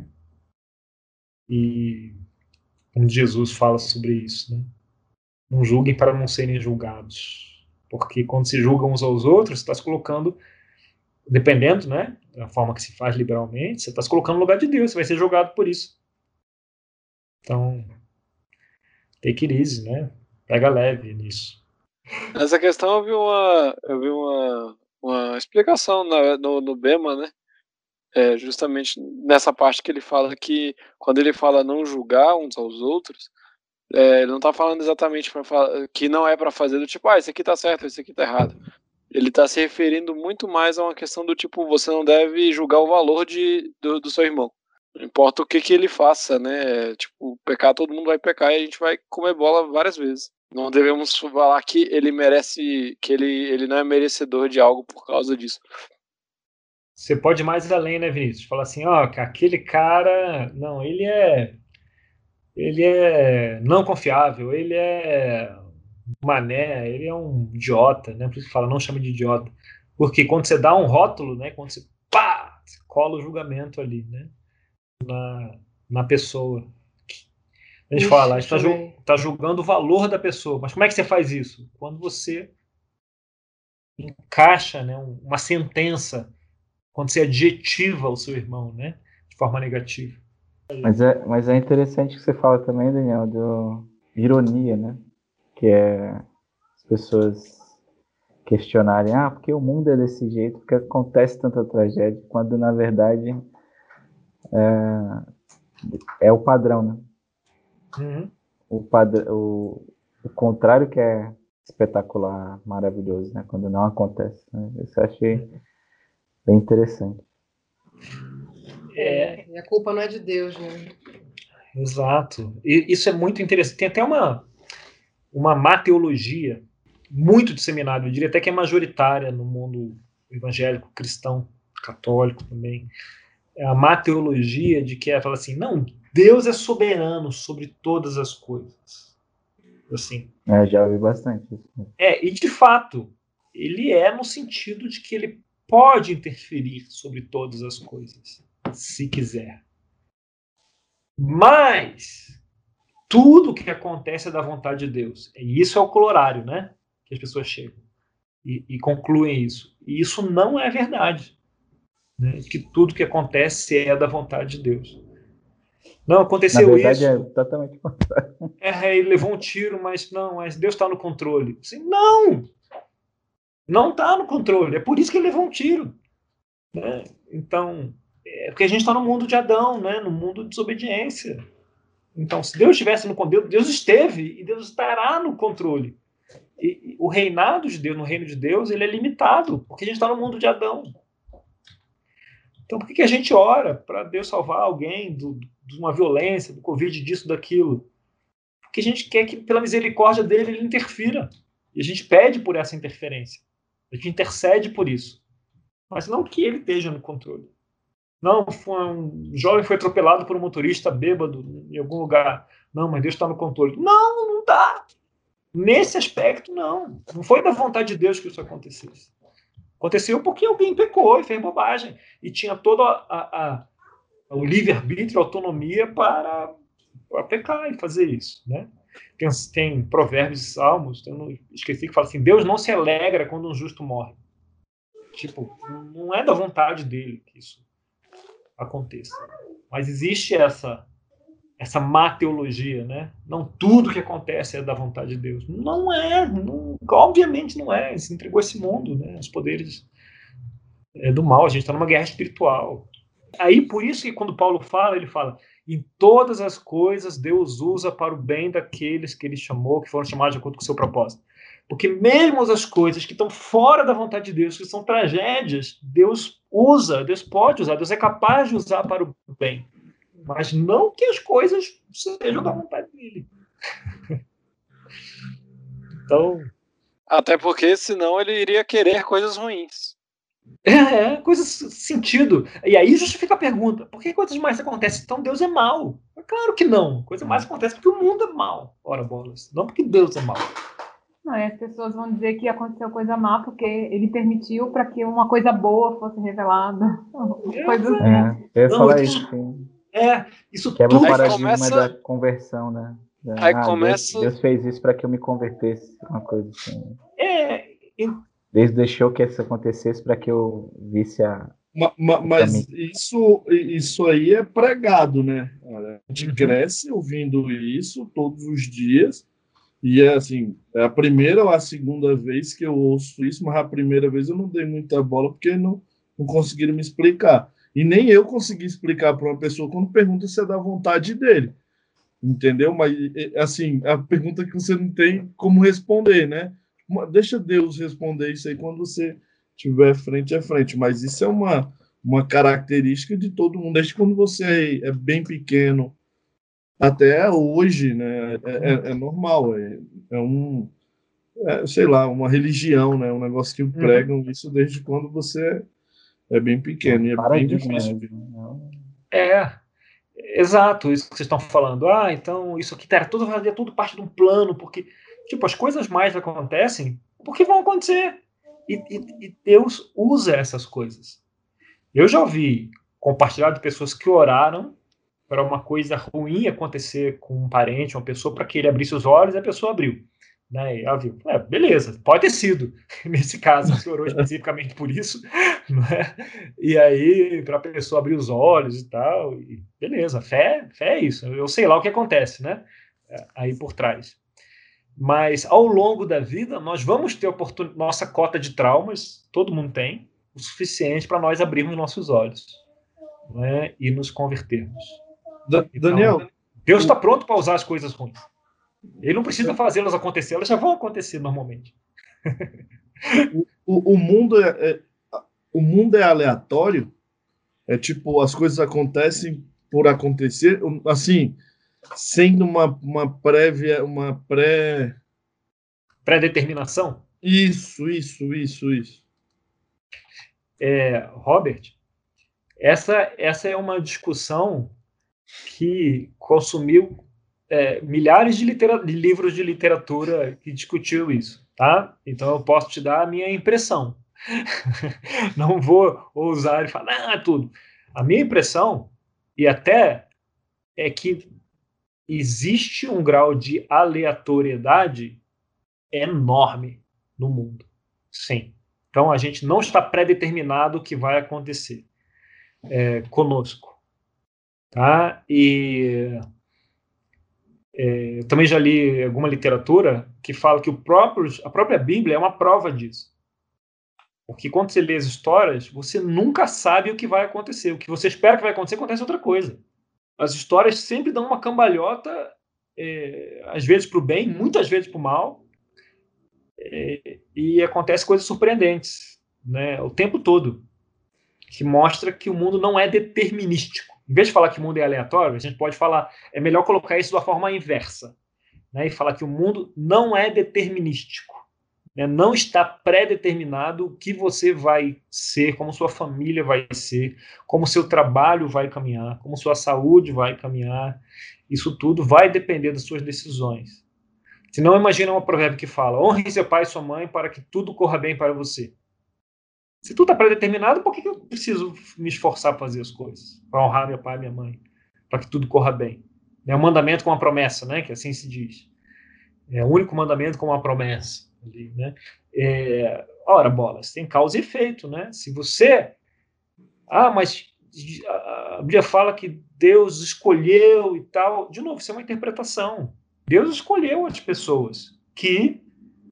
e onde Jesus fala sobre isso, né? Não julguem para não serem julgados. Porque quando se julgam uns aos outros, está se colocando, dependendo, né, da forma que se faz liberalmente, você está se colocando no lugar de Deus, você vai ser julgado por isso. Então, take it easy, né? Pega leve nisso. Nessa questão eu vi uma, eu vi uma, uma explicação na, no, no Bema, né? É, justamente nessa parte que ele fala que, quando ele fala não julgar uns aos outros, é, ele não está falando exatamente pra falar, que não é para fazer do tipo, ah, esse aqui tá certo, esse aqui tá errado. Ele está se referindo muito mais a uma questão do tipo, você não deve julgar o valor de, do, do seu irmão. Não importa o que, que ele faça, né? Tipo, pecar, todo mundo vai pecar e a gente vai comer bola várias vezes. Não devemos falar que ele merece, que ele, ele não é merecedor de algo por causa disso. Você pode ir mais além, né, Vinícius? Falar assim, ó, aquele cara, não, ele é, ele é não confiável, ele é mané, ele é um idiota, né? Por isso que fala, não chame de idiota. Porque quando você dá um rótulo, né? Quando você pá, você cola o julgamento ali, né? Na, na pessoa. A gente Ixi, fala, a gente está também. tá julgando o valor da pessoa. Mas como é que você faz isso? Quando você encaixa, né, uma sentença, quando você adjetiva o seu irmão, né? De forma negativa. Mas é, mas é interessante que você fala também, Daniel, do ironia, né? Que é as pessoas questionarem, ah, porque o mundo é desse jeito, porque acontece tanta tragédia, quando na verdade é, é o padrão, né? Uhum. O, padr o, o contrário que é espetacular, maravilhoso, né? Quando não acontece. Né? Isso eu achei bem interessante. É, e a culpa não é de Deus, né? Exato. E isso é muito interessante. Tem até uma, uma má teologia muito disseminada, eu diria até que é majoritária no mundo evangélico, cristão, católico também. É a má teologia de que é fala assim, não, Deus é soberano sobre todas as coisas. Assim. É, já ouvi bastante isso. É, e de fato, ele é no sentido de que ele pode interferir sobre todas as coisas, se quiser. Mas tudo que acontece é da vontade de Deus. E isso é o colorário, né? Que as pessoas chegam e, e concluem isso. E isso não é verdade. Né? Que tudo que acontece é da vontade de Deus. Não, aconteceu Na verdade, isso. é totalmente contrário. É, ele levou um tiro, mas não, mas Deus está no controle. Assim, não! Não está no controle. É por isso que ele levou um tiro. Né? Então, é porque a gente está no mundo de Adão, né? No mundo de desobediência. Então, se Deus estivesse no controle, Deus esteve e Deus estará no controle. E, e o reinado de Deus, no reino de Deus, ele é limitado, porque a gente está no mundo de Adão. Então, por que, que a gente ora para Deus salvar alguém do, de uma violência, do Covid, disso, daquilo? Porque a gente quer que, pela misericórdia dele, ele interfira. E a gente pede por essa interferência. A gente intercede por isso. Mas não que ele esteja no controle. Não, foi um jovem foi atropelado por um motorista bêbado em algum lugar. Não, mas Deus está no controle. Não, não está. Nesse aspecto, não. Não foi da vontade de Deus que isso acontecesse. Aconteceu porque alguém pecou e fez bobagem. E tinha todo a, a, a, o livre-arbítrio, a autonomia para, para pecar e fazer isso. Né? Tem, tem provérbios e salmos, eu não, esqueci que fala assim, Deus não se alegra quando um justo morre. Tipo, não é da vontade dele que isso aconteça. Mas existe essa, essa má teologia, né? Não tudo que acontece é da vontade de Deus. Não é, não, obviamente não é. Ele se entregou a esse mundo, né? Os poderes é, do mal. A gente está numa guerra espiritual. Aí, por isso que quando Paulo fala, ele fala, em todas as coisas Deus usa para o bem daqueles que ele chamou, que foram chamados de acordo com o seu propósito. Porque mesmo as coisas que estão fora da vontade de Deus, que são tragédias, Deus usa, Deus pode usar, Deus é capaz de usar para o bem. Mas não que as coisas sejam da vontade dele. Então... Até porque, senão, ele iria querer coisas ruins. É, é, coisas sentido. E aí justifica a pergunta, por que coisas mais acontecem? Então Deus é mau. Claro que não. Coisa mais acontece porque o mundo é mau. Ora, bolas. Não porque Deus é mau. Não, e as pessoas vão dizer que aconteceu coisa má porque ele permitiu para que uma coisa boa fosse revelada. É, Coisa assim. É, eu ia Não, falar isso- isso, sim. É, isso Quebra o tudo... Aí paradigma começa- da conversão, né? Da- Aí ah, começa- Deus, Deus fez isso para que eu me convertesse, uma coisa assim. É, Deus deixou que isso acontecesse para que eu visse a... Ma- ma- mas isso, isso aí é pregado, né? A gente Uhum. cresce ouvindo isso todos os dias. E é assim, é a primeira ou a segunda vez que eu ouço isso, mas a primeira vez eu não dei muita bola porque não, não conseguiram me explicar. E nem eu consegui explicar para uma pessoa quando pergunta se é da vontade dele. Entendeu? Mas, assim, a pergunta que você não tem como responder, né? Uma- Deixa Deus responder isso aí quando você estiver frente a frente. Mas isso é uma, uma característica de todo mundo. Desde quando você é, é bem pequeno até hoje, né? É, é- é normal. É, é um, é, sei lá, uma religião, né? Um negócio que pregam isso desde quando você é bem pequeno. E é bem paradigma difícil. mesmo. Não- É, exato, isso que vocês estão falando. Ah, então isso aqui era tudo, fazia tudo parte de um plano, porque, tipo, as coisas mais acontecem porque vão acontecer. E, e- e Deus usa essas coisas. Eu já ouvi compartilhar de pessoas que oraram para uma coisa ruim acontecer com um parente, uma pessoa, para que ele abrisse os olhos e a pessoa abriu. Né? E ela viu, é, beleza, pode ter sido. Nesse caso, você orou especificamente por isso. Não é? E aí, para a pessoa abrir os olhos e tal, e beleza, fé, fé é isso. Eu sei lá o que acontece, né? Aí por trás. Mas ao longo da vida, nós vamos ter oportun... nossa cota de traumas, todo mundo tem, o suficiente para nós abrirmos nossos olhos, né? E nos convertermos. Da- Então, Daniel, Deus está pronto para usar as coisas ruins. Ele não precisa fazê-las acontecer, elas já vão acontecer normalmente. o, o mundo é, é- o mundo é aleatório, é tipo, as coisas acontecem por acontecer, assim, sendo uma, uma prévia, uma pré... Pré-determinação. Isso, isso, isso, isso. É, Robert, essa, essa é uma discussão que consumiu é, milhares de, litera- de livros de literatura que discutiu isso, tá? Então eu posso te dar a minha impressão. Não vou ousar e falar ah, tudo. A minha impressão, e até, é que existe um grau de aleatoriedade enorme no mundo. Sim. Então a gente não está pré-determinado o que vai acontecer é, conosco. Tá? E é, eu também já li alguma literatura que fala que o próprio, a própria Bíblia é uma prova disso. Porque quando você lê as histórias, você nunca sabe o que vai acontecer. O que você espera que vai acontecer, acontece outra coisa. As histórias sempre dão uma cambalhota, é, às vezes para o bem, muitas vezes para o mal, é, e acontecem coisas surpreendentes, né, o tempo todo, que mostra que o mundo não é determinístico. Em vez de falar que o mundo é aleatório, a gente pode falar, é melhor colocar isso da forma inversa, né, e falar que o mundo não é determinístico. Né, não está pré-determinado o que você vai ser, como sua família vai ser, como seu trabalho vai caminhar, como sua saúde vai caminhar. Isso tudo vai depender das suas decisões. Se não, imagina um provérbio que fala: honre seu pai e sua mãe para que tudo corra bem para você. Se tudo está pré-determinado, por que eu preciso me esforçar para fazer as coisas? Para honrar meu pai e minha mãe, para que tudo corra bem. É um mandamento com uma promessa, né? Que assim se diz. É o único mandamento com uma promessa. Ali, né? É, ora, bolas, tem causa e efeito, né? Se você... Ah, mas a Bíblia fala que Deus escolheu e tal. De novo, isso é uma interpretação. Deus escolheu as pessoas que,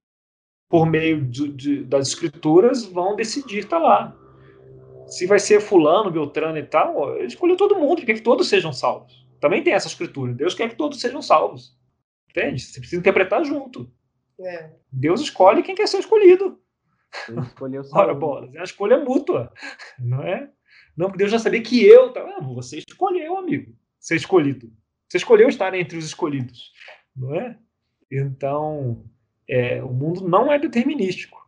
por meio de, de, das escrituras, vão decidir estar lá. Se vai ser fulano, beltrano e tal, ele escolheu todo mundo, quer que todos sejam salvos. Também tem essa escritura. Deus quer que todos sejam salvos. Entende? Você precisa interpretar junto. É. Deus escolhe quem quer ser escolhido. Ele escolheu Ora, bola, a escolha é mútua, não é? Não, porque Deus já sabia que eu... Ah, você escolheu, amigo, ser escolhido. Você escolheu estar entre os escolhidos, não é? Então, é, o mundo não é determinístico.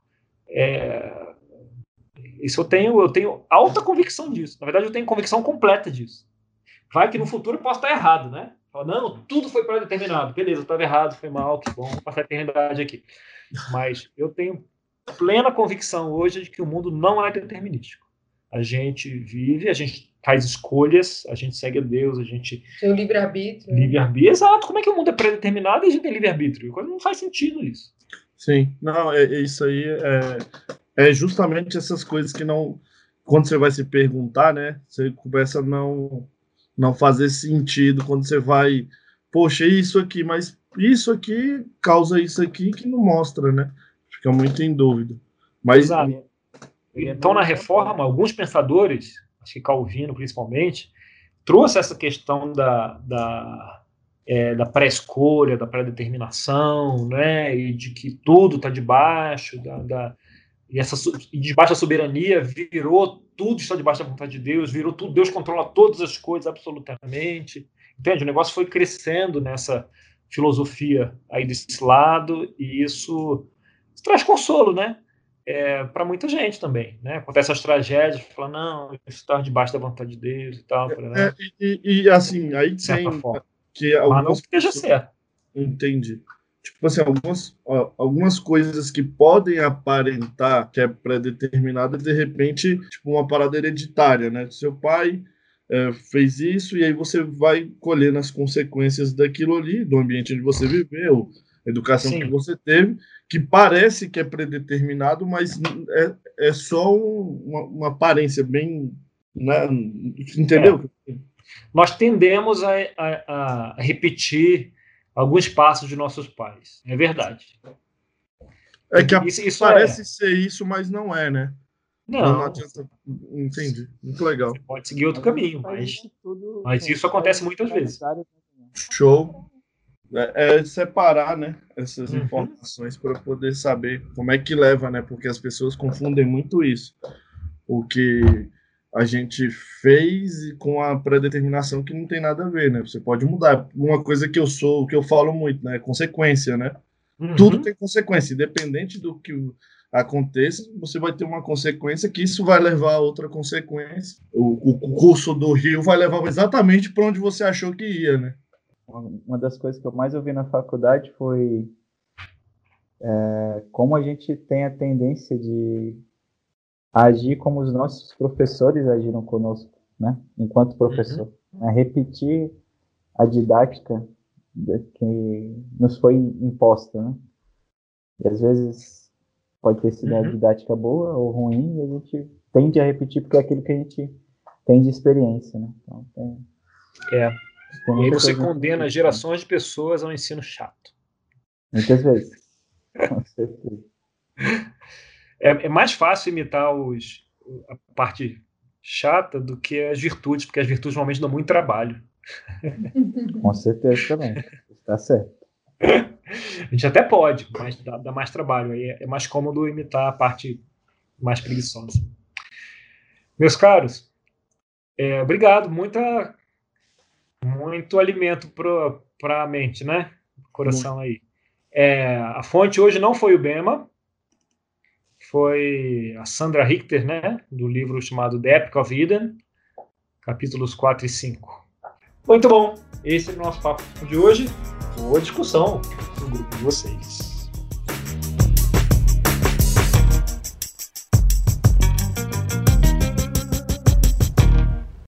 É, isso eu tenho, eu tenho alta convicção disso. Na verdade, eu tenho convicção completa disso. Vai que no futuro eu posso estar errado, né? Não, tudo foi pré-determinado. Beleza, eu estava errado, foi mal, que bom, vou passar a eternidade aqui. Mas eu tenho plena convicção hoje de que o mundo não é determinístico. A gente vive, a gente faz escolhas, a gente segue a Deus, a gente... Tem o livre-arbítrio. Livre-arbítrio, exato. Como é que o mundo é pré-determinado e a gente tem livre-arbítrio? Não faz sentido isso. Sim, não, é, é isso aí é, é justamente essas coisas que não... Quando você vai se perguntar, né, você começa a não, não fazer sentido quando você vai... Poxa, isso aqui, mas isso aqui causa isso aqui que não mostra, né? Fica muito em dúvida. Mas... Exato. Então, na Reforma, alguns pensadores, acho que Calvino principalmente, trouxe essa questão da, da, é, da pré-escolha, da pré-determinação, né, e de que tudo está debaixo da, da e essa e debaixo da soberania virou tudo está debaixo da vontade de Deus, virou tudo, Deus controla todas as coisas absolutamente. Entende? O negócio foi crescendo nessa filosofia aí desse lado, e isso, isso traz consolo, né? É, para muita gente também, né? Acontece as tragédias, fala, não, isso está debaixo da vontade de Deus e tal. Né? É, e, e assim, aí tem forma. que algumas Mas não que esteja certo. Entendi. Tipo assim, algumas, ó, algumas coisas que podem aparentar que é pré-determinada, de repente, tipo uma parada hereditária, né? Seu pai é, fez isso e aí você vai colher as consequências daquilo ali, do ambiente onde você viveu, educação Sim. que você teve, que parece que é predeterminado, mas é, é só um, uma, uma aparência bem... Né? Entendeu? É. Nós tendemos a, a, a repetir alguns passos de nossos pais. É verdade. É que isso, isso parece é. ser isso, mas não é, né? Não. não adianta... Entendi. Muito legal. Você pode seguir outro caminho, mas, mas isso acontece muitas vezes. Show. É, é separar, né, essas uhum. informações para poder saber como é que leva, né? Porque as pessoas confundem muito isso. O que a gente fez com a pré-determinação que não tem nada a ver, né? Você pode mudar. Uma coisa que eu sou, que eu falo muito, né? Consequência, né? Uhum. Tudo tem consequência. Independente do que aconteça, você vai ter uma consequência que isso vai levar a outra consequência. O, o curso do rio vai levar exatamente para onde você achou que ia, né? Uma das coisas que eu mais ouvi na faculdade foi é, como a gente tem a tendência de agir como os nossos professores agiram conosco, né? Enquanto professor. Uhum. É, repetir a didática que nos foi imposta, né? E às vezes pode ter sido uhum. uma didática boa ou ruim, e a gente tende a repetir porque é aquilo que a gente tem de experiência, né? Então, tem... É. E aí você condena gerações de pessoas ao ensino chato. Muitas vezes. Com certeza. É, é mais fácil imitar os, a parte chata do que as virtudes, porque as virtudes normalmente dão muito trabalho. Com certeza também. Está certo. A gente até pode, mas dá, dá mais trabalho. Aí é, é mais cômodo imitar a parte mais preguiçosa. Meus caros, é, obrigado. Muita... Muito alimento para a mente, né? Coração aí. É, a fonte hoje não foi o Bema, foi a Sandra Richter, né? Do livro chamado The Epic of Eden, capítulos quatro e cinco. Muito bom. Esse é o nosso papo de hoje. Boa discussão no grupo de vocês.